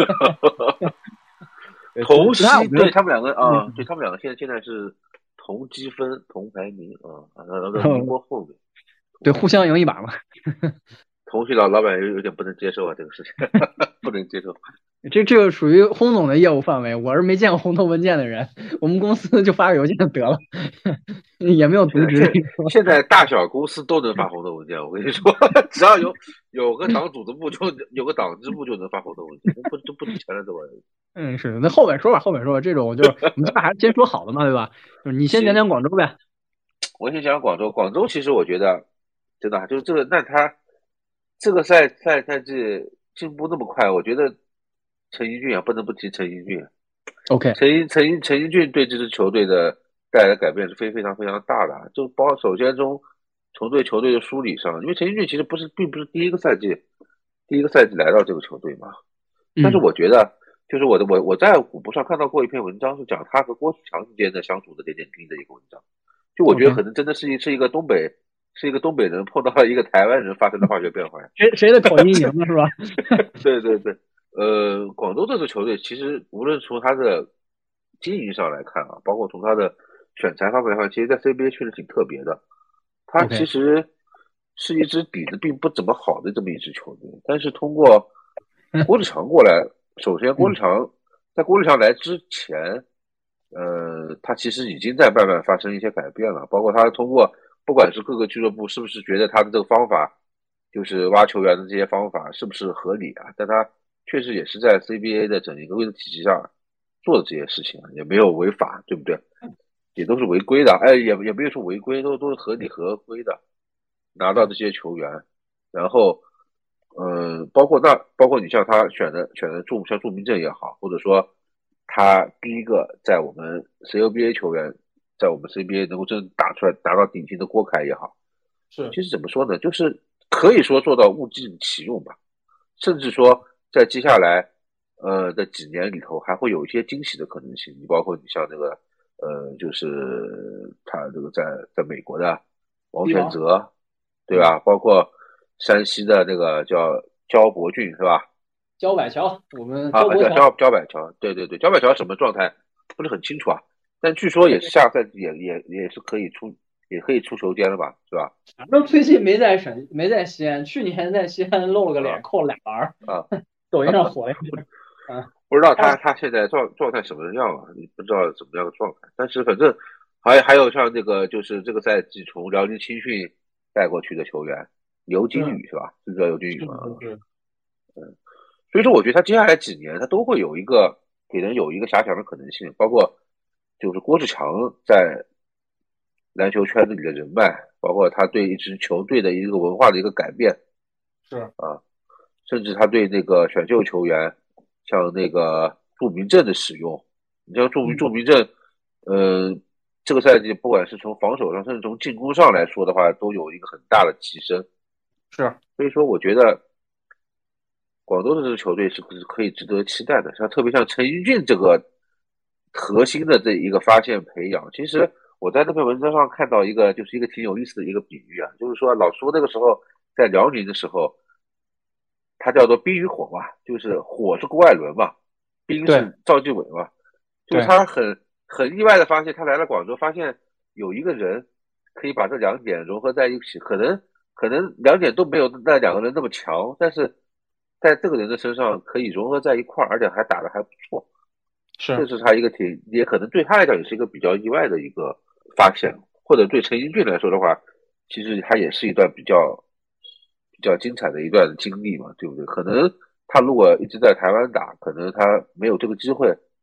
同曦对他们两个啊，对他们两个现在是同积分同排名啊，宁波后面。 对，互相赢一把嘛。 同曦老板有点不能接受啊，这个事情不能接受。 这个属于轰总的业务范围，我是没见过红头文件的人，我们公司就发个邮件得了，也没有渎职。 现在大小公司都能发红头文件，我跟你说，只要有个党组织部就有个党支部就能发红头文件，不值钱了这玩意儿。是，那后面说吧，这种就是我们还是先说好的嘛，对吧？就是你先讲讲广州呗。 我先讲广州，广州其实我觉得真的就是这个，那他这个赛季进步那么快，我觉得陈英俊啊，不能不提陈英俊。 OK， 陈英俊对这支球队的带来的改变是非常大的，就首先从对球队的梳理上，因为陈英俊其实并不是第一个赛季来到这个球队嘛，但是我觉得就是我在虎扑上看到过一篇文章，是讲他和郭启强之间的相处的点滴的一个文章，就我觉得可能真的是一个东北人碰到了一个台湾人发生的化学变化。 谁的口音赢了是吧？ 对。广州这支球队其实无论从他的经营上来看啊，包括从他的选材方面来看，其实在 CBA 确实挺特别的。他其实是一支底子并不怎么好的这么一支球队，但是通过郭志强过来，首先在郭志强来之前，他其实已经在慢慢发生一些改变了，包括他通过不管是各个俱乐部是不是觉得他的这个方法，就是挖球员的这些方法是不是合理啊，但他确实也是在 CBA 的整一个体系上做的这些事情，也没有违法，对不对？也都是违规的，也没有说违规，都是合理合规的，拿到这些球员，然后，包括你像他选的像祝明正也好，或者说他第一个在我们 CBA 球员在我们 CBA 能够真打出来达到顶薪的郭凯也好， 是， 其实怎么说呢，就是可以说做到物尽其用吧，甚至说在接下来的几年里头还会有一些惊喜的可能性。你包括你像那个就是他这个在美国的王全泽，对吧？包括山西的那个叫焦伯俊是吧？ 焦柏桥，我们焦柏桥，对，焦柏桥什么状态不是很清楚啊，但据说也是下赛季也是可以出球间了吧，是吧？ 反正最近没在西安，去年在西安露了个脸，扣了2篮啊， 抖音上火了啊。不知道他现在状态什么样了，你不知道怎么样的状态，但是反正还有像那个就是这个赛季从辽宁青训带过去的球员刘金宇是吧？是叫刘金宇吗？所以说我觉得他接下来几年他都会给人有一个遐想的可能性，包括就是郭志强在篮球圈子里的人脉，包括他对一支球队的一个文化的一个改变， 是啊，甚至他对那个选秀球员像那个祝明正的使用，你像祝明正，这个赛季不管是从防守上，甚至从进攻上来说的话，都有一个很大的提升。 是， 所以说我觉得广州的这支球队是不是可以值得期待的？特别像陈英俊这个核心的这一个发现培养，其实我在那篇文章上看到一个挺有意思的一个比喻啊，就是说老苏那个时候在辽宁的时候，他叫做冰与火嘛，就是火是郭艾伦嘛，冰是赵继伟嘛，就是他很意外的发现，他来了广州，发现有一个人可以把这两点融合在一起，可能两点都没有那两个人那么强，但是在这个人的身上可以融合在一块儿，而且还打得还不错。这是他一个也可能对他来讲也是一个比较意外的一个发现，或者对陈英俊来说的话，其实他也是一段比较精彩的一段经历嘛，对不对？可能他如果一直在台湾打，可能他没有这个机会，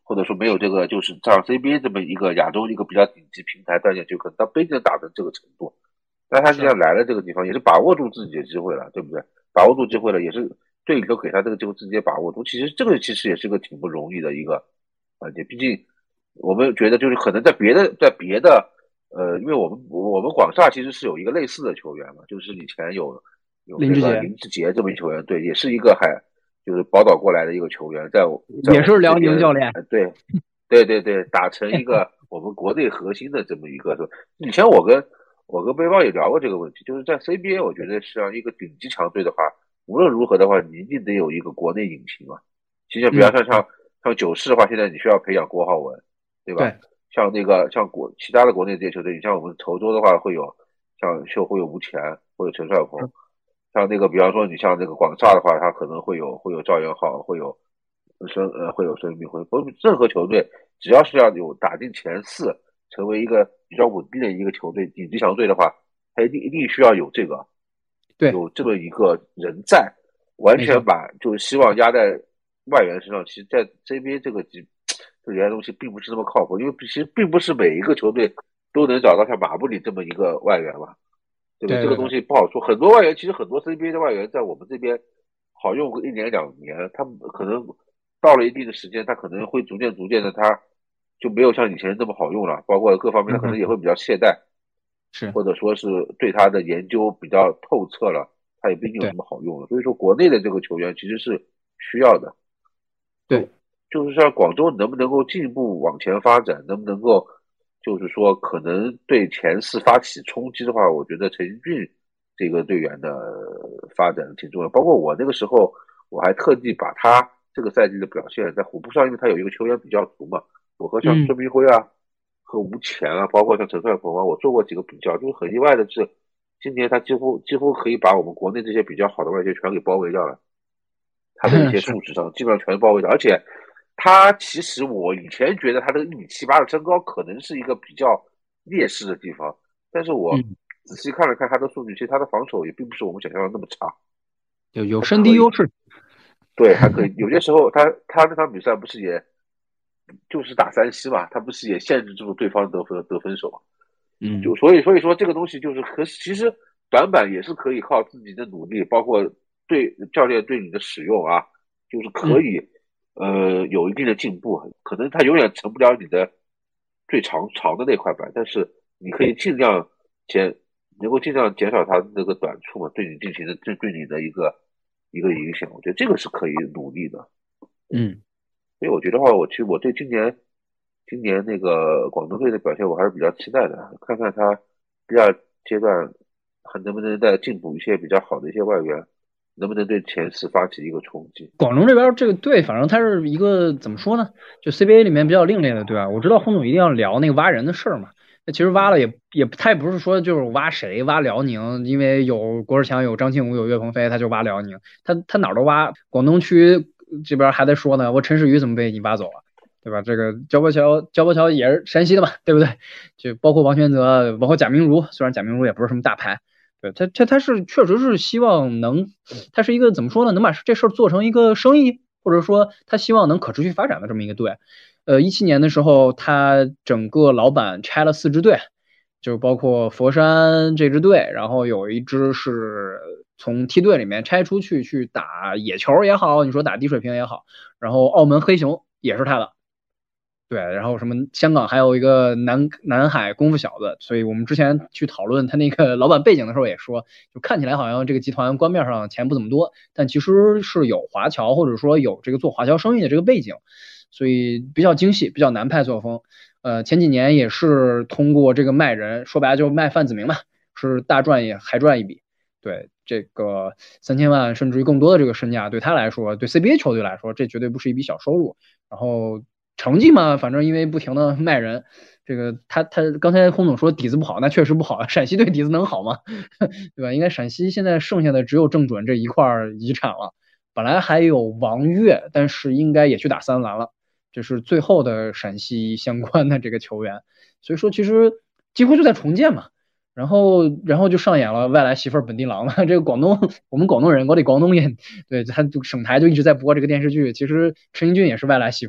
或者说没有这个就是像 CBA 这么一个亚洲一个比较顶级平台锻炼，就可能到北京打成这个程度。但他现在来了这个地方，也是把握住自己的机会了，对不对？把握住机会了，也是队里头给他这个机会直接把握住。其实这个其实也是个挺不容易的一个毕竟我们觉得就是可能在别的因为我们广厦其实是有一个类似的球员嘛，就是以前有那个林志杰这么一球员，对，也是一个就是宝岛过来的一个球员， 也是辽宁教练， 对，打成一个我们国内核心的这么一个。以前我跟背包也聊过这个问题，就是在 CBA 我觉得是让一个顶级强队的话，无论如何的话，你一定得有一个国内引擎嘛。其实比方像九世的话，现在你需要培养郭浩文，对吧？ 对， 像其他的国内这些球队，你像我们稠州的话，会有吴前，会有陈帅鹏。像那个，比方说你像那个广厦的话，他可能会有赵元浩，会有孙铭徽。任何球队只要是要有打进前4，成为一个比较稳定的一个球队，顶级强队的话，他一定需要有有这么一个人在，完全就是希望压在外援身上。其实，在 CBA 这个东西并不是那么靠谱，因为其实并不是每一个球队都能找到像马布里这么一个外援嘛。对吧？这个东西不好说。很多外援，其实很多 CBA 的外援在我们这边好用个1年2年，他们可能到了一定的时间，他可能会逐渐的，他就没有像以前那么好用了。包括各方面，他可能也会比较懈怠，或者说是对他的研究比较透彻了，他也不一定有那么好用了。所以说，国内的这个球员其实是需要的。 对， 就是像广州能不能够进一步往前发展，能不能够。就是说，可能对前4发起冲击的话，我觉得陈英俊这个队员的发展挺重要。包括我那个时候，我还特地把他这个赛季的表现在虎扑上，因为他有一个球员比较足嘛，我和像孙铭徽和吴前包括像陈帅鹏我做过几个比较，就是很意外的是，今年他几乎可以把我们国内这些比较好的外援全给包围掉了，他的一些素质上基本上全包围掉，而且。他其实我以前觉得他这个1.78米的身高可能是一个比较劣势的地方，但是我仔细看了看他的数据，其实他的防守也并不是我们想象的那么差， 有身低优势。 对，还可以。有些时候他那场比赛不是也就是打3-7嘛，他不是也限制住对方得分手嘛？就所以说这个东西就是其实短板也是可以靠自己的努力，包括对教练对你的使用就是可以。有一定的进步，可能他永远成不了你的最长的那块板，但是你可以能够尽量减少他那个短处嘛，对你的一个影响，我觉得这个是可以努力的。所以我觉得话，我对今年那个广东队的表现我还是比较期待的，看看他第2阶段还能不能再进补一些比较好的一些外援。能不能对前4发起一个冲击？ 广东这边这个队，反正他是一个怎么说呢？就 CBA 里面比较另类的队啊。我知道洪总一定要聊那个挖人的事儿嘛。那其实挖了他也不是说就是挖谁，挖辽宁，因为有郭士强、有张庆武、有岳鹏飞，他就挖辽宁。他哪儿都挖。广东区这边还在说呢，我陈世宇怎么被你挖走了，对吧？这个焦波桥也是山西的嘛，对不对？就包括王全泽，包括贾明儒，虽然贾明儒也不是什么大牌。对他是确实是希望他是一个怎么说呢？能把这事儿做成一个生意，或者说他希望能可持续发展的这么一个队。17年的时候，他整个老板拆了4支队，就包括佛山这支队，然后有一支是从梯队里面拆出去打野球也好，你说打低水平也好，然后澳门黑熊也是他的。对，然后什么香港还有一个南海功夫小子，所以我们之前去讨论他那个老板背景的时候也说，就看起来好像这个集团官面上钱不怎么多，但其实是有华侨或者说有这个做华侨生意的这个背景，所以比较精细，比较南派作风。前几年也是通过这个卖人，说白了就是卖范子铭嘛，是大赚还赚一笔。对，这个3000万甚至于更多的这个身价，对他来说，对 CBA 球队来说，这绝对不是一笔小收入。然后成绩嘛，反正因为不停的卖人，这个他刚才洪总说底子不好，那确实不好。陕西队底子能好吗？对吧？应该陕西现在剩下的只有郑准这一块遗产了。本来还有王悦，但是应该也去打3篮了。这是最后的陕西相关的这个球员。所以说，其实几乎就在重建嘛。然后就上演了外来媳妇儿本地郎了。这个我们广东人，我得广东人，对他就省台就一直在播这个电视剧。其实陈英俊也是外来媳妇儿嘛。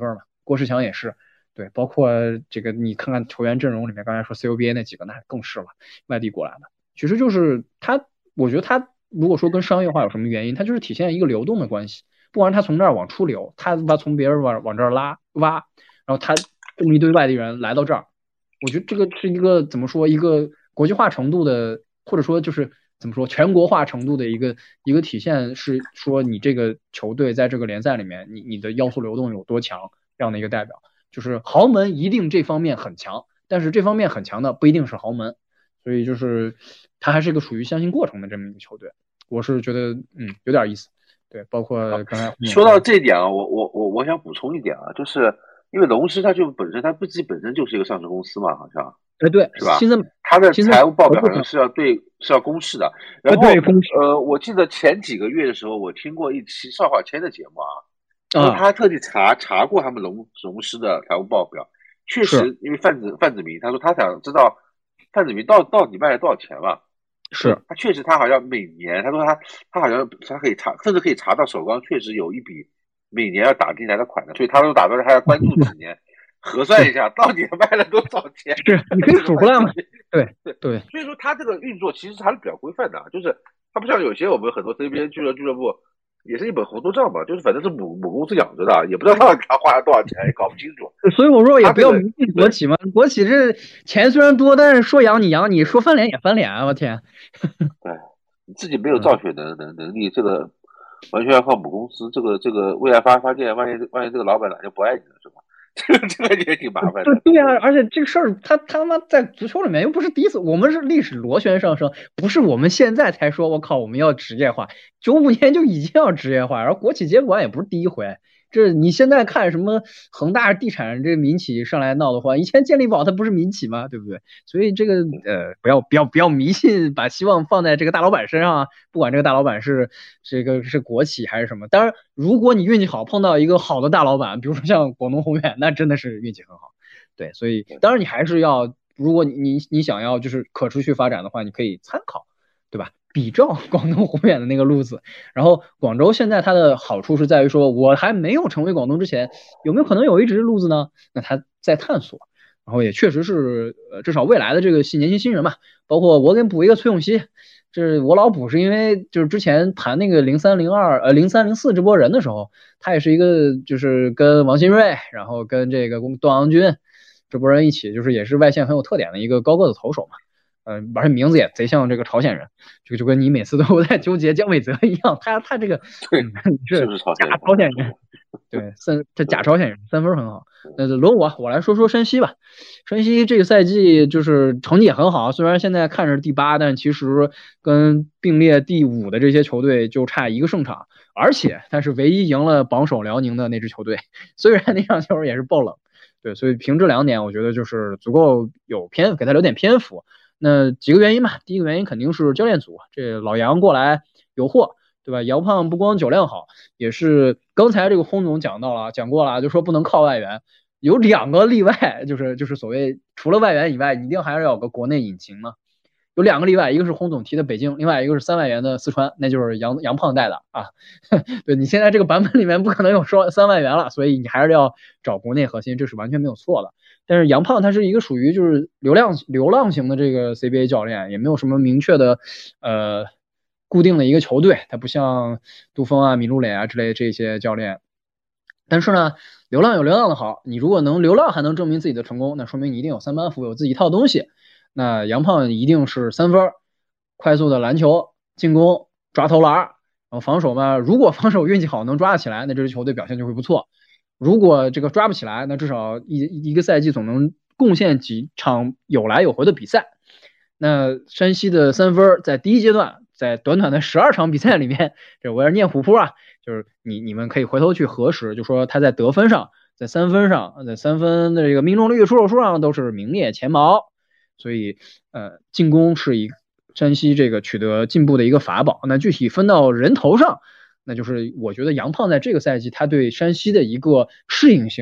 郭士强也是，对，包括这个你看看球员阵容里面，刚才说 CUBA 那几个，那更是了，外地过来的。其实就是他，我觉得他如果说跟商业化有什么原因，他就是体现一个流动的关系。不管他从这儿往出流，他把从别人往这儿挖，然后他这么一堆外地人来到这儿，我觉得这个是一个怎么说，一个国际化程度的，或者说就是怎么说全国化程度的一个体现，是说你这个球队在这个联赛里面，你的要素流动有多强这样的一个代表。就是豪门一定这方面很强，但是这方面很强的不一定是豪门，所以就是他还是一个属于相信过程的这么一个球队。我是觉得有点意思。对，包括刚才说到这一点啊，我想补充一点啊，就是因为龙狮它就本身它自己本身就是一个上市公司嘛，好像对是吧？ 现在它的财务报表好像是要公示的。然后我记得前几个月的时候，我听过一期邵华谦的节目啊，然后他特地查过他们龙狮的财务报表，确实因为范子铭他说他想知道范子铭到底卖了多少钱嘛。 是他确实，他好像每年，他说他好像他可以查，甚至可以查到手上确实有一笔每年要打进来的款的，所以他说打算他要关注几年，核算一下到底卖了多少钱。 是，你可以数出来嘛？对。 所以说他这个运作其实还是比较规范的，就是他不像有些我们很多 CBA 俱乐部也是一本红头账嘛，就是反正是母公司养着的，也不知道他花了多少钱，也搞不清楚。 所以我说也不要迷信国企嘛，国企这钱虽然多，但是说养你，说翻脸也翻脸啊！我天。 对，你自己没有造血能力，这个完全要靠母公司。这个未来发现，万一这个老板哪就不爱你了，是吧？这个也挺麻烦的。 对啊，而且这个事儿他妈在足球里面又不是第一次，我们是历史螺旋上升，不是我们现在才说我靠我们要职业化，95年就已经要职业化，然后国企接管也不是第一回。这你现在看什么恒大地产这民企上来闹的话，以前健力宝它不是民企吗？对不对？所以这个不要迷信，把希望放在这个大老板身上啊，不管这个大老板是国企还是什么。当然，如果你运气好碰到一个好的大老板，比如说像广东宏远，那真的是运气很好。对，所以当然你还是要，如果你想要就是可持续发展的话，你可以参考，对吧？比照广东宏远的那个路子，然后广州现在它的好处是在于说，我还没有成为广东之前，有没有可能有一支路子呢？那他在探索，然后也确实是至少未来的这个年轻新人嘛，包括我给补一个崔永熙，这我老补是因为就是之前谈那个03、04这波人的时候，他也是一个就是跟王新瑞，然后跟这个段昂军这波人一起，就是也是外线很有特点的一个高个子投手嘛。而且名字也贼像这个朝鲜人，这个就跟你每次都在纠结姜伟泽一样，他这个是假朝鲜人，对，这假朝鲜人3分很好。那轮我来说山西吧。山西这个赛季就是成绩也很好，虽然现在看着是第8，但其实跟并列第5的这些球队就差1个胜场，而且他是唯一赢了榜首辽宁的那支球队，虽然那场球也是爆冷。对，所以凭这2点，我觉得就是足够给他留点篇幅。那几个原因嘛，第一个原因肯定是教练组，这老杨过来有货，对吧？姚胖不光酒量好，也是刚才这个轰总讲过了，就说不能靠外援，有2个例外，就是所谓除了外援以外，一定还是要有个国内引擎嘛。有2个例外，一个是轰总提的北京，另外一个是3外援的四川，那就是杨胖带的啊。对，你现在这个版本里面不可能有说3外援了，所以你还是要找国内核心，这是完全没有错的。但是杨胖他是一个属于就是流浪型的这个 CBA 教练，也没有什么明确的固定的一个球队，他不像杜峰啊、米卢磊啊之类的这些教练。但是呢，流浪有流浪的好，你如果能流浪还能证明自己的成功，那说明你一定有3板斧，有自己一套东西。那杨胖一定是3分，快速的篮球进攻抓投篮，然后防守嘛，如果防守运气好能抓得起来，那这支球队表现就会不错。如果这个抓不起来，那至少一个赛季总能贡献几场有来有回的比赛。那山西的3分在第一阶段，在短短的12场比赛里面，这我要念虎扑啊，就是你们可以回头去核实，就说他在得分上，在3分上，在3分的这个命中率、出手数上都是名列前茅。所以进攻是以山西这个取得进步的一个法宝。那具体分到人头上，那就是我觉得杨胖在这个赛季他对山西的一个适应性，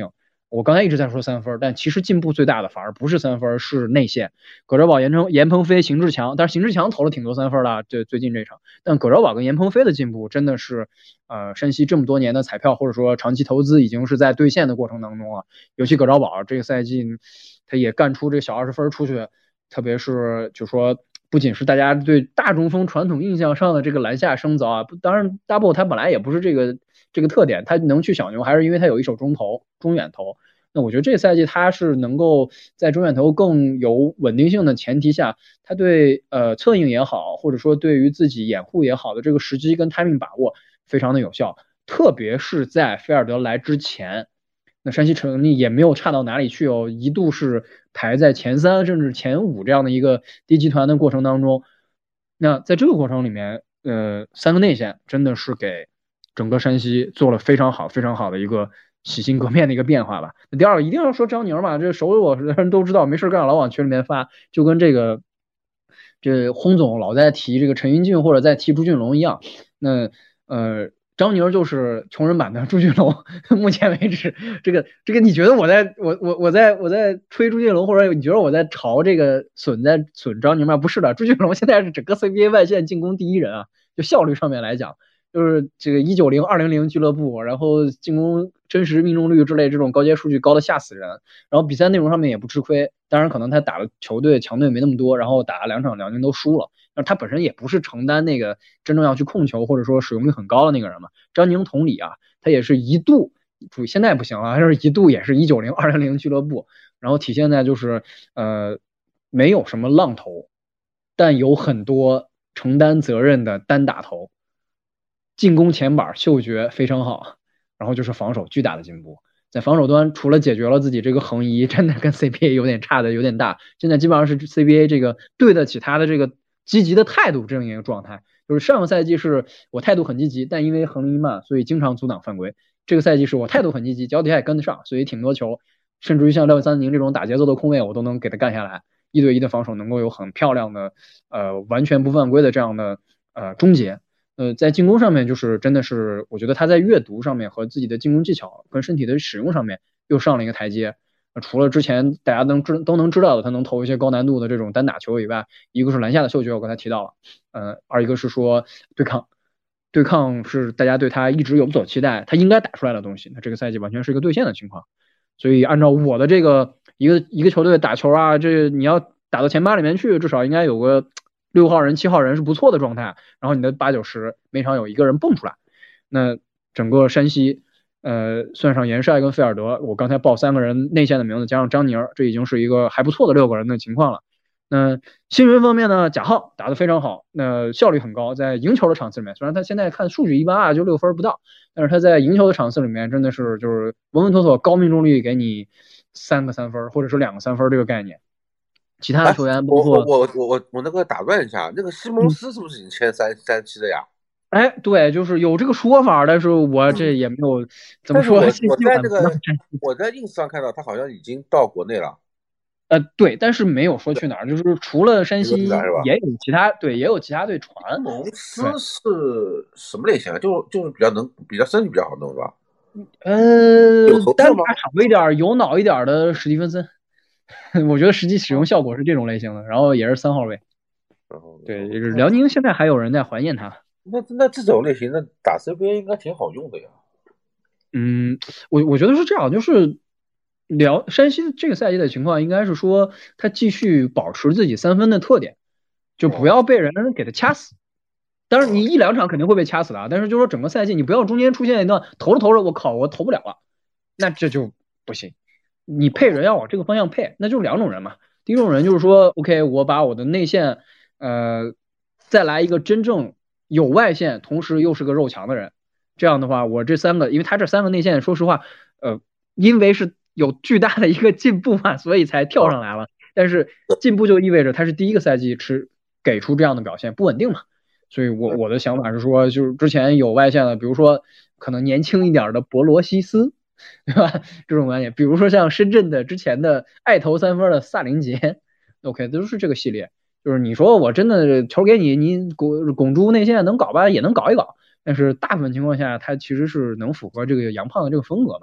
我刚才一直在说三分，但其实进步最大的反而不是三分，是内线。葛哲宝、严鹏飞、邢志强，但是邢志强投了挺多三分的，最近这场。但葛哲宝跟严鹏飞的进步真的是，山西这么多年的彩票或者说长期投资已经是在兑现的过程当中了。尤其葛哲宝这个赛季，他也干出这小20分出去，特别是就说不仅是大家对大中锋传统印象上的这个篮下生凿啊，当然 Double 他本来也不是这个特点，他能去小牛还是因为他有一手中远投。那我觉得这个赛季他是能够在中远投更有稳定性的前提下，他对策应也好，或者说对于自己掩护也好的这个时机跟 timing 把握非常的有效，特别是在菲尔德来之前，那山西成绩也没有差到哪里去哦，一度是排在前3甚至前5这样的一个低集团的过程当中。那在这个过程里面，3个内线真的是给整个山西做了非常好的一个洗心革面的一个变化吧。第二个一定要说张宁嘛，这熟我的人都知道，没事干老往群里面发，就跟这轰总老在提这个陈云俊或者在提朱俊龙一样。那张宁就是穷人版的朱俊龙。目前为止，这个你觉得我在吹朱俊龙，或者你觉得我在嘲这个损张宁吗？不是的，朱俊龙现在是整个 CBA 外线进攻第1人啊，就效率上面来讲。就是这个190、200俱乐部，然后进攻真实命中率之类这种高阶数据高的吓死人，然后比赛内容上面也不吃亏。当然可能他打的球队强队没那么多，然后打了2场2军都输了，但他本身也不是承担那个真正要去控球或者说使用率很高的那个人嘛。张宁同理啊，他也是一度现在不行了，但是一度也是190、200俱乐部，然后体现在就是没有什么浪头，但有很多承担责任的单打头。进攻前板嗅觉非常好，然后就是防守巨大的进步。在防守端除了解决了自己这个横移真的跟 CBA 有点差的有点大，现在基本上是 CBA 这个对得起他的这个积极的态度这样一个状态。就是上个赛季是我态度很积极，但因为横移慢所以经常阻挡犯规。这个赛季是我态度很积极，脚底下也跟得上，所以挺多球，甚至于像廖三宁这种打节奏的空位我都能给他干下来。1对1的防守能够有很漂亮的完全不犯规的这样的终结。在进攻上面就是真的是我觉得他在阅读上面和自己的进攻技巧跟身体的使用上面又上了一个台阶。除了之前大家都能知道的他能投一些高难度的这种单打球以外，一个是篮下的嗅觉我刚才提到了，二一个是说对抗是大家对他一直有所期待，他应该打出来的东西，那这个赛季完全是一个兑现的情况。所以按照我的这个一个球队打球啊，这你要打到前8里面去，至少应该有个6号人7号人是不错的状态，然后你的8、9、10每场有一个人蹦出来。那整个山西算上严帅跟费尔德，我刚才报3个人内线的名字加上张宁，这已经是一个还不错的6个人的情况了。那新人方面呢，贾浩打得非常好，那效率很高，在赢球的场次里面，虽然他现在看数据一般啊，就6分不到，但是他在赢球的场次里面真的是就是稳稳妥妥高命中率给你3个3分或者是2个3分这个概念。其他的球员包括我那个打断一下，那个西蒙斯是不是已经签3期的呀？ 哎，对，就是有这个说法，但是我这也没有怎么说。 我在 ins 上看到他好像已经到国内了。 对，但是没有说去哪儿，就是除了山西也有其他队传。 西蒙斯是什么类型啊？就是比较身体比较好弄是吧？ 单打少一点有脑一点的史蒂芬森。我觉得实际使用效果是这种类型的，然后也是3号位。对，就是辽宁现在还有人在怀念他。 那这种类型的打 CBA 应该挺好用的呀。 我觉得是这样，就是山西这个赛季的情况应该是说他继续保持自己3分的特点，就不要被人给他掐死。当然你1、2场肯定会被掐死的，但是就是说整个赛季你不要中间出现一段投着我靠我投不了了，那这就不行。你配人要往这个方向配，那就是2种人嘛。第一种人就是说 OK 我把我的内线再来一个真正有外线同时又是个肉强的人，这样的话我这3个因为他这3个内线说实话因为是有巨大的一个进步嘛，所以才跳上来了，但是进步就意味着他是第1个赛季给出这样的表现不稳定嘛。所以我的想法是说，就是之前有外线的，比如说可能年轻一点的博罗西斯，对吧？这种观点，比如说像深圳的之前的爱投3分的萨林杰 ，OK， 都是这个系列。就是你说我真的球给你拱猪内线能搞吧，也能搞一搞，但是大部分情况下他其实是能符合这个杨胖的这个风格嘛。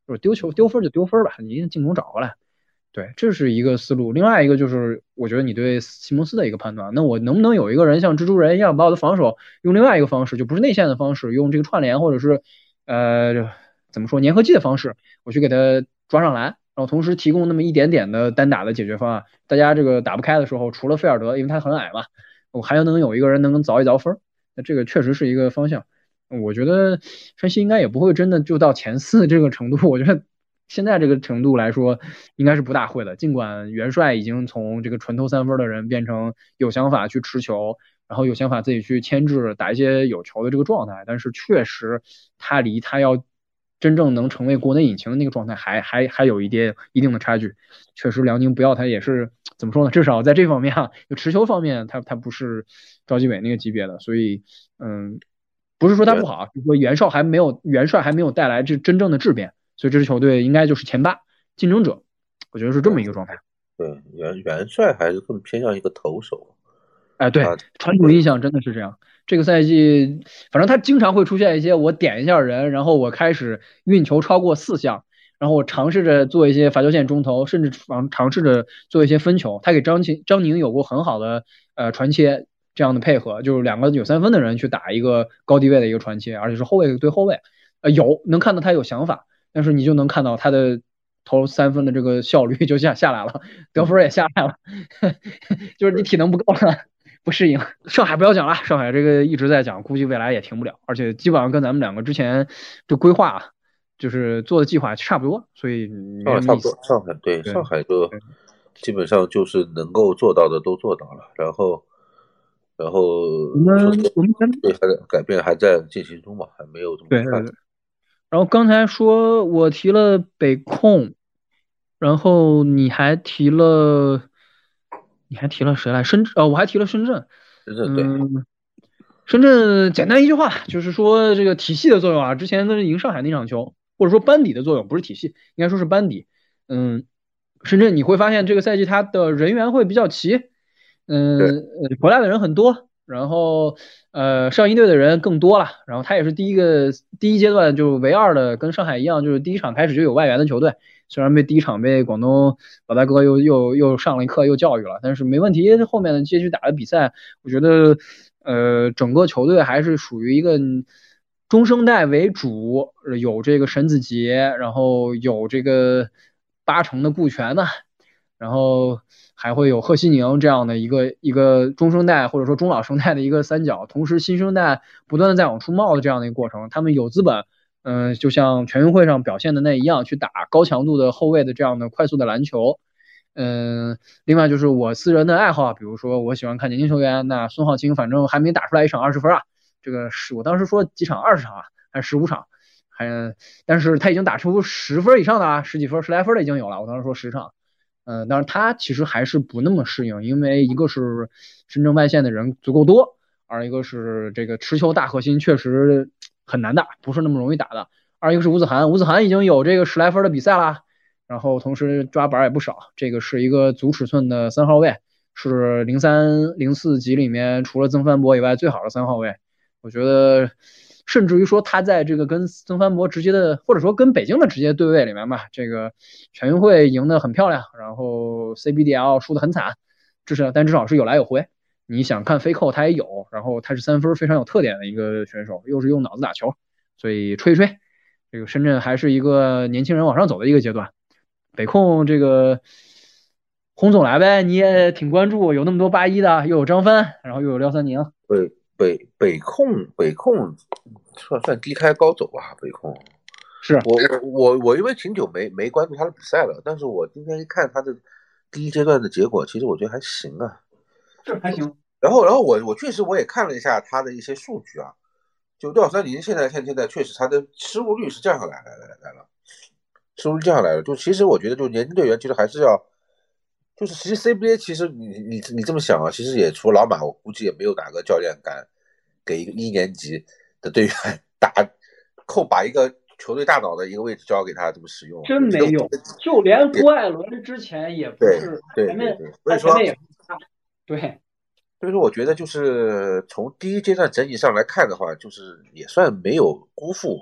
就是丢球丢分就丢分吧，你进攻找回来。对，这是一个思路。另外一个就是我觉得你对西蒙斯的一个判断，那我能不能有一个人像蜘蛛人一样把我的防守用另外一个方式，就不是内线的方式，用这个串联或者是怎么说粘合剂的方式，我去给他抓上来，然后同时提供那么一点点的单打的解决方案。大家这个打不开的时候，除了菲尔德，因为他很矮嘛，我还能有一个人能凿一凿分，那这个确实是一个方向。我觉得山西应该也不会真的就到前4这个程度，我觉得现在这个程度来说应该是不大会的。尽管元帅已经从这个纯投3分的人变成有想法去持球，然后有想法自己去牵制打一些有球的这个状态，但是确实他离他要真正能成为国内引擎的那个状态还有一定的差距。确实辽宁不要他也是怎么说呢，至少在这方面就持球方面他不是赵继伟那个级别的，所以不是说他不好，就是说元帅还没有带来这真正的质变，所以这支球队应该就是前8竞争者，我觉得是这么一个状态。 对，元帅还是更偏向一个投手。 对，传统印象真的是这样。这个赛季，反正他经常会出现一些我点一下人，然后我开始运球超过4项，然后我尝试着做一些罚球线中投，甚至尝试着做一些分球。他给张宁有过很好的传切这样的配合，就是2个有3分的人去打一个高低位的一个传切，而且是后卫对后卫，能看到他有想法，但是你就能看到他的投3分的这个效率就下来了，得分也下来了，就是你体能不够了。不适应。上海不要讲了，上海这个一直在讲，估计未来也停不了，而且基本上跟咱们2个之前这规划就是做的计划差不多，所以差不多。上海就基本上就是能够做到的都做到了，然后我们对还改变还在进行中嘛，还没有这么快。 对。然后刚才说我提了北控，然后你还提了谁来？我还提了深圳。 对。 深圳简单一句话就是说这个体系的作用啊，之前跟赢上海那场球，或者说班底的作用，不是体系，应该说是班底。深圳你会发现这个赛季他的人员会比较齐，回来的人很多，然后上一队的人更多了，然后他也是第一阶段就唯2的，跟上海一样，就是第一场开始就有外援的球队。虽然第一场被广东老大哥又上了一课又教育了，但是没问题。后面的继续打的比赛，我觉得整个球队还是属于一个中生代为主，有这个沈子杰，然后有这个8成的顾全呢，然后还会有贺西宁这样的一个中生代或者说中老生代的一个3角，同时新生代不断的在往出冒的这样的一个过程，他们有资本。就像全运会上表现的那一样，去打高强度的后卫的这样的快速的篮球。另外就是我私人的爱好，比如说我喜欢看年轻球员，那孙浩清反正还没打出来1场20分啊，这个是我当时说几场20场啊，还是15场，但是他已经打出10分以上的啊，10几分10来分的已经有了，我当时说10场。当然他其实还是不那么适应，因为一个是深圳外线的人足够多，而一个是这个持球大核心确实很难打，不是那么容易打的。一个是吴子涵已经有这个10来分的比赛了，然后同时抓板也不少，这个是一个足尺寸的3号位，是03、04级里面除了曾凡博以外最好的3号位。我觉得甚至于说他在这个跟曾凡博直接的，或者说跟北京的直接对位里面吧，这个全运会赢得很漂亮，然后 CBDL 输得很惨，但至少是有来有回。你想看飞扣他也有，然后他是3分非常有特点的一个选手，又是用脑子打球，所以吹一吹，这个深圳还是一个年轻人往上走的一个阶段。北控这个洪总来呗，你也挺关注，有那么多81的，又有张帆，然后又有廖三宁。 北控算低开高走吧，北控是我因为挺久没关注他的比赛了，但是我今天一看他的第一阶段的结果，其实我觉得还行啊。 这还行。 然后我确实我也看了一下他的一些数据啊，就廖三宁现在确实他的失误率是降下来了，失误率降下来了。就其实我觉得就年轻队员其实还是要，就是其实 CBA 其实你这么想啊，其实也除了老马，我估计也没有哪个教练敢给一个1年级的队员把一个球队大脑的一个位置交给他这么使用， 真没有。就连郭艾伦之前也不是， 对， 所以说也不差，对。 所以说我觉得就是从第一阶段整体上来看的话，就是也算没有辜负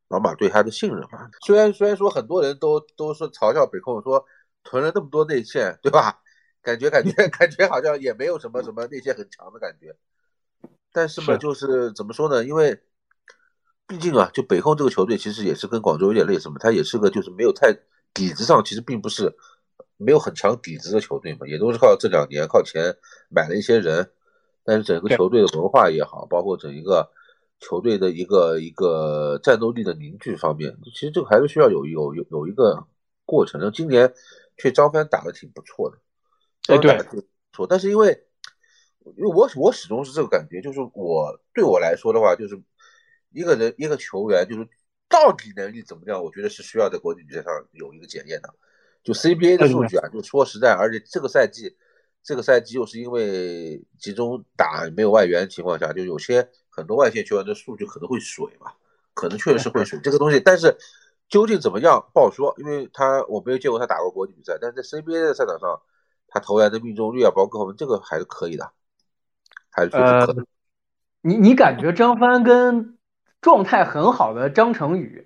老马对他的信任嘛。虽然说很多人都说嘲笑北控说囤了那么多内线，对吧？感觉好像也没有什么内线很强的感觉。但是嘛，就是怎么说呢？因为毕竟啊，就北控这个球队其实也是跟广州有点类似嘛，他也是个就是没有太底子上其实并不是没有很强底子的球队嘛，也都是靠这2年靠钱买了一些人，但是整个球队的文化也好，包括整一个球队的一个战斗力的凝聚方面，其实这个还是需要有一个过程。然后今年却张帆打得挺不错的， 对， 但是因为我始终是这个感觉，就是对我来说的话，就是一个球员就是到底能力怎么样，我觉得是需要在国际比赛上有一个检验的。就 CBA 的数据啊，就说实在，而且这个赛季又是因为集中打没有外援的情况下，就有些很多外线球员的数据可能会水嘛，可能确实是会水这个东西，但是究竟怎么样不好说，因为我没有见过他打过国际比赛，但是在 CBA 的赛场上，他投篮的命中率啊，包括各方面，这个还是可以的，还是确实可以。 你感觉张帆跟状态很好的张成宇，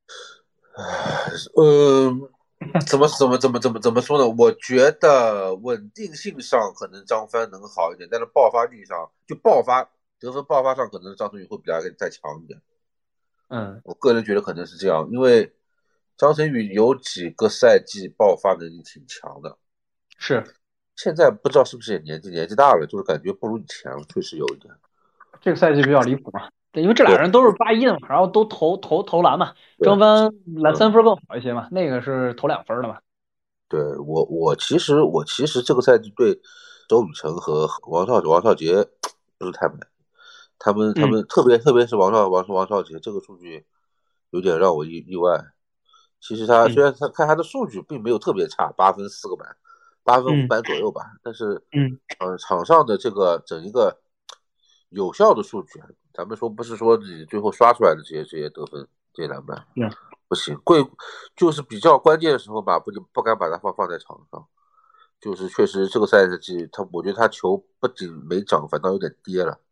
怎么说呢？我觉得稳定性上可能张帆能好一点，但是爆发力上得分爆发上可能张成宇会比他再强一点。我个人觉得可能是这样，因为张成宇有几个赛季爆发能力挺强的， 是现在不知道是不是也年纪大了，就是感觉不如以前了，确实有一点。 这个赛季比较离谱嘛，对，因为这俩人都是81的嘛，然后都投篮嘛，张帆篮3分更好一些嘛，那个是投2分的嘛。 对，我其实这个赛季对周雨辰和王少杰不是太满意，他们特别是王少杰这个数据有点让我意外。其实虽然看他的数据并没有特别差，8分4个板，8分5板左右吧，但是场上的这个整一个有效的数据，咱们说不是说你最后刷出来的这些得分这些篮板，不行，就是比较关键的时候吧，不敢把它放在场上，就是确实这个赛季我觉得他球不仅没涨，反倒有点跌了。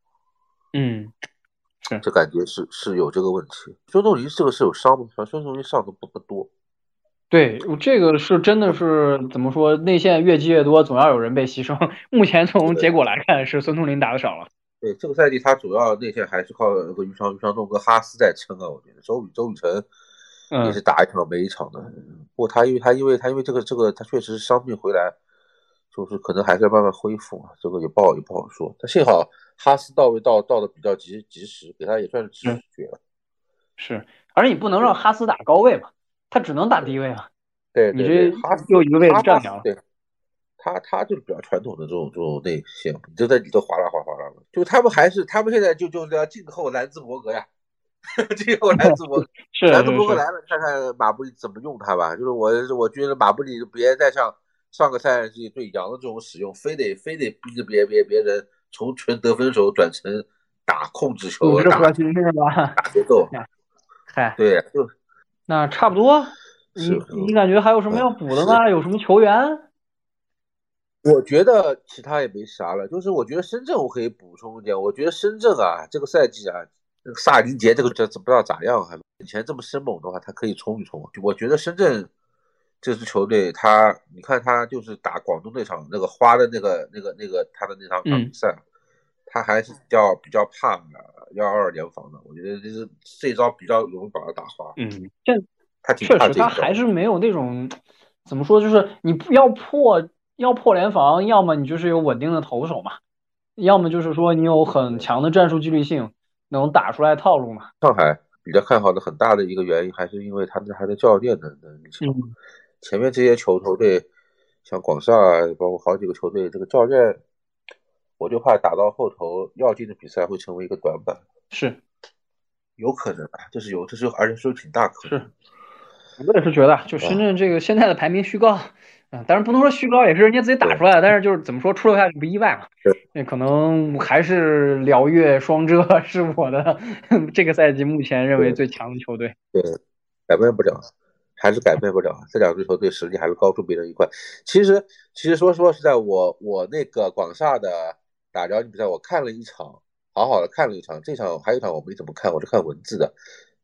这感觉是有这个问题。孙东林这个是有伤吗？孙东林上的不多。 对，这个是真的是怎么说？内线越积越多，总要有人被牺牲。目前从结果来看，是孙东林打的少了。 对，这个赛季他主要内线还是靠那个于长栋跟哈斯在撑啊。我觉得周雨辰也是打一场没一场的。不过他因为这个他确实是伤病回来，就是可能还是要慢慢恢复啊。这个也不好说。他幸好哈斯到的比较及时，给他也算是止血了。 是，而且你不能让哈斯打高位嘛，他只能打低位嘛。 对， 你这又一个位置占掉了。 对，他就是比较传统的这种内线，你就在里头哗啦的。就他们现在就是要静候兰兹伯格呀，静候兰兹伯格。兰兹伯格来了，看看马布里怎么用他吧。就是我觉得马布里别再像上个赛季对杨的这种使用，非得逼着别人从纯得分手转成打控制球、 打节奏。 嗨， 对，就那差不多。你感觉还有什么要补的吗？有什么球员？ 我觉得其他也没啥了，就是我觉得深圳我可以补充一点。我觉得深圳啊，这个赛季啊，萨林杰这个不知道咋样，还以前这么生猛的话，他可以冲一冲。我觉得深圳这支球队，你看他就是打广东那场那个花的那个他的那场比赛，他还是比较怕122联防的。我觉得这招比较容易把他打花。他挺怕这一招。 确实他还是没有那种怎么说，就是你要破联防，要么你就是有稳定的投手嘛，要么就是说你有很强的战术纪律性，能打出来套路嘛。 上海比较看好的很大的一个原因，还是因为他的教练的能力强。前面这些球队，像广厦啊，包括好几个球队，这个教练，我就怕打到后头要进的比赛会成为一个短板。 是， 有可能啊，这是而且是有挺大可能。 是，我也是觉得，就深圳这个现在的排名虚高。当然不能说虚高，也是人家自己打出来的，但是就是怎么说，出溜下去不意外嘛。那可能还是辽粤双浙是我的这个赛季目前认为最强的球队。 对，改变不了，还是改变不了。这两支球队实力还是高出别人一块。其实说实在，我那个广厦的打辽宁比赛，我看了一场，好好的看了一场。这场还有一场我没怎么看，我是看文字的。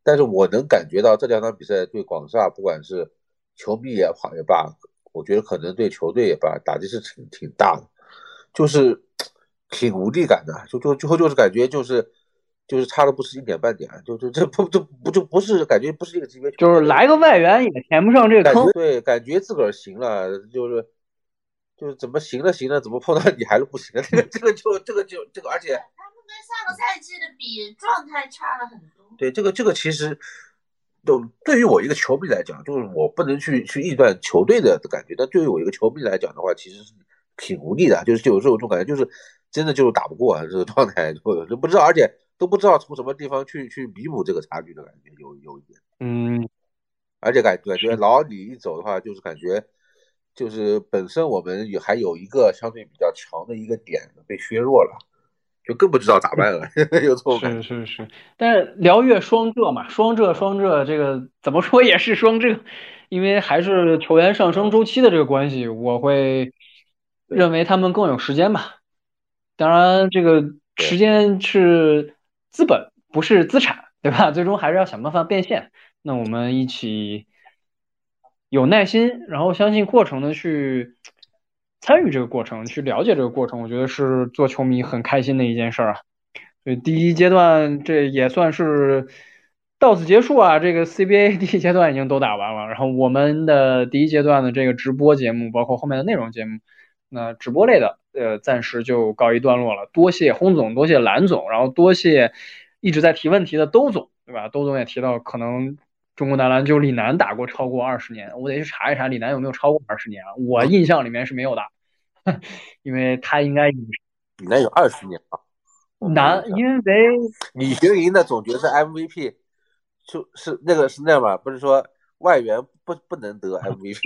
但是我能感觉到这2场比赛对广厦，不管是球迷也好也罢，我觉得可能对球队也罢，打击是挺大的，就是挺无力感的，就是感觉就是差的不是一点半点，这不是感觉不是一个级别， 就是来个外援也填不上这个坑， 对，感觉自个儿行了，就是怎么行了，怎么碰到你还是不行了？这个，而且他们跟上个赛季的比，状态差了很多。 对，这个其实，对于我一个球迷来讲，就是我不能去臆断球队的感觉，但对于我一个球迷来讲的话，其实是挺无力的，就有时候有种感觉，就是真的就是打不过啊，这个状态就不知道，而且都不知道从什么地方去弥补这个差距的感觉，有一点，而且感觉老李一走的话，就是感觉。就是本身我们还有一个相对比较强的一个点被削弱了，就更不知道咋办了，有这种感觉。 是，但是辽粤双浙嘛，双浙这个怎么说也是双浙，因为还是球员上升周期的这个关系，我会认为他们更有时间吧。当然，这个时间是资本，不是资产，对吧？最终还是要想办法变现。那我们一起有耐心，然后相信过程的去参与这个过程，去了解这个过程，我觉得是做球迷很开心的一件事啊。所以第一阶段这也算是到此结束啊，这个 CBA 第一阶段已经都打完了，然后我们的第一阶段的这个直播节目，包括后面的内容节目，那直播类的暂时就告一段落了。多谢轰总，多谢蓝总，然后多谢一直在提问题的兜总，对吧？兜总也提到可能中国男篮就李楠打过超过20年，我得去查一查李楠有没有超过20年啊？我印象里面是没有的，因为他应该李楠有20年了。 因为李学林的总决赛 MVP 就是那样吧？不是说外援不能得 MVP。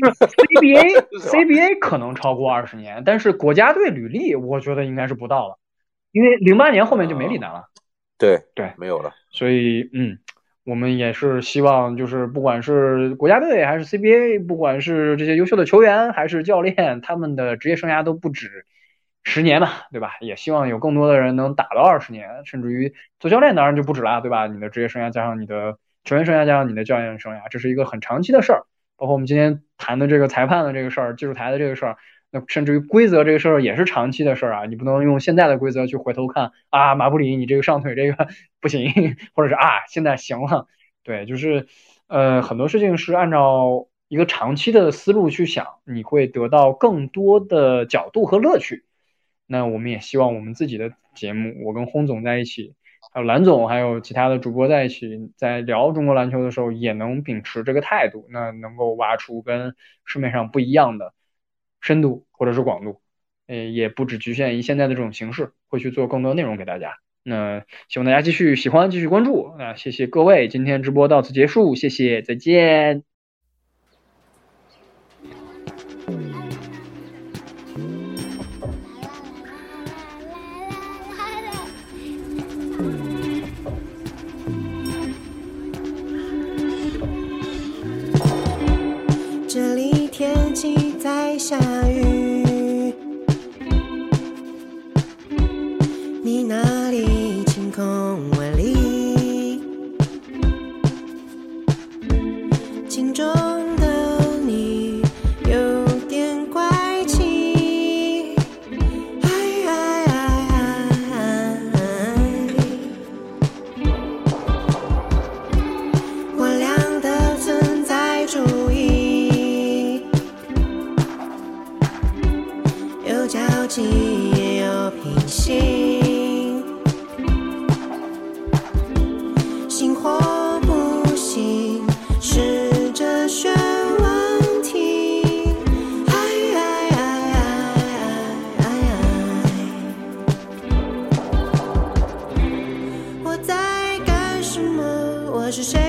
CBA 可能超过20年，但是国家队履历我觉得应该是不到了，因为08年后面就没李楠了。 对，没有了。 所以我们也是希望，就是不管是国家队还是 CBA， 不管是这些优秀的球员还是教练，他们的职业生涯都不止10年嘛，对吧？也希望有更多的人能打到20年，甚至于做教练当然就不止了，对吧？你的职业生涯加上你的球员生涯加上你的教练生涯，这是一个很长期的事儿。包括我们今天谈的这个裁判的这个事儿，技术台的这个事儿，那甚至于规则这个事儿也是长期的事儿啊，你不能用现在的规则去回头看啊，马布里你这个上腿这个不行，或者是现在行了，对，就是很多事情是按照一个长期的思路去想，你会得到更多的角度和乐趣。那我们也希望我们自己的节目，我跟轰总在一起，还有蓝总，还有其他的主播在一起，在聊中国篮球的时候，也能秉持这个态度，那能够挖出跟市面上不一样的深度或者是广度，也不只局限于现在的这种形式，会去做更多内容给大家。那希望大家继续喜欢，继续关注。那谢谢各位，今天直播到此结束，谢谢，再见。 这里天气在下雨，你那里晴空万里，镜中的你有点怪气，我俩的存在主义，有交集也有平行，行或不行是这选问题，我在干什么？我是谁？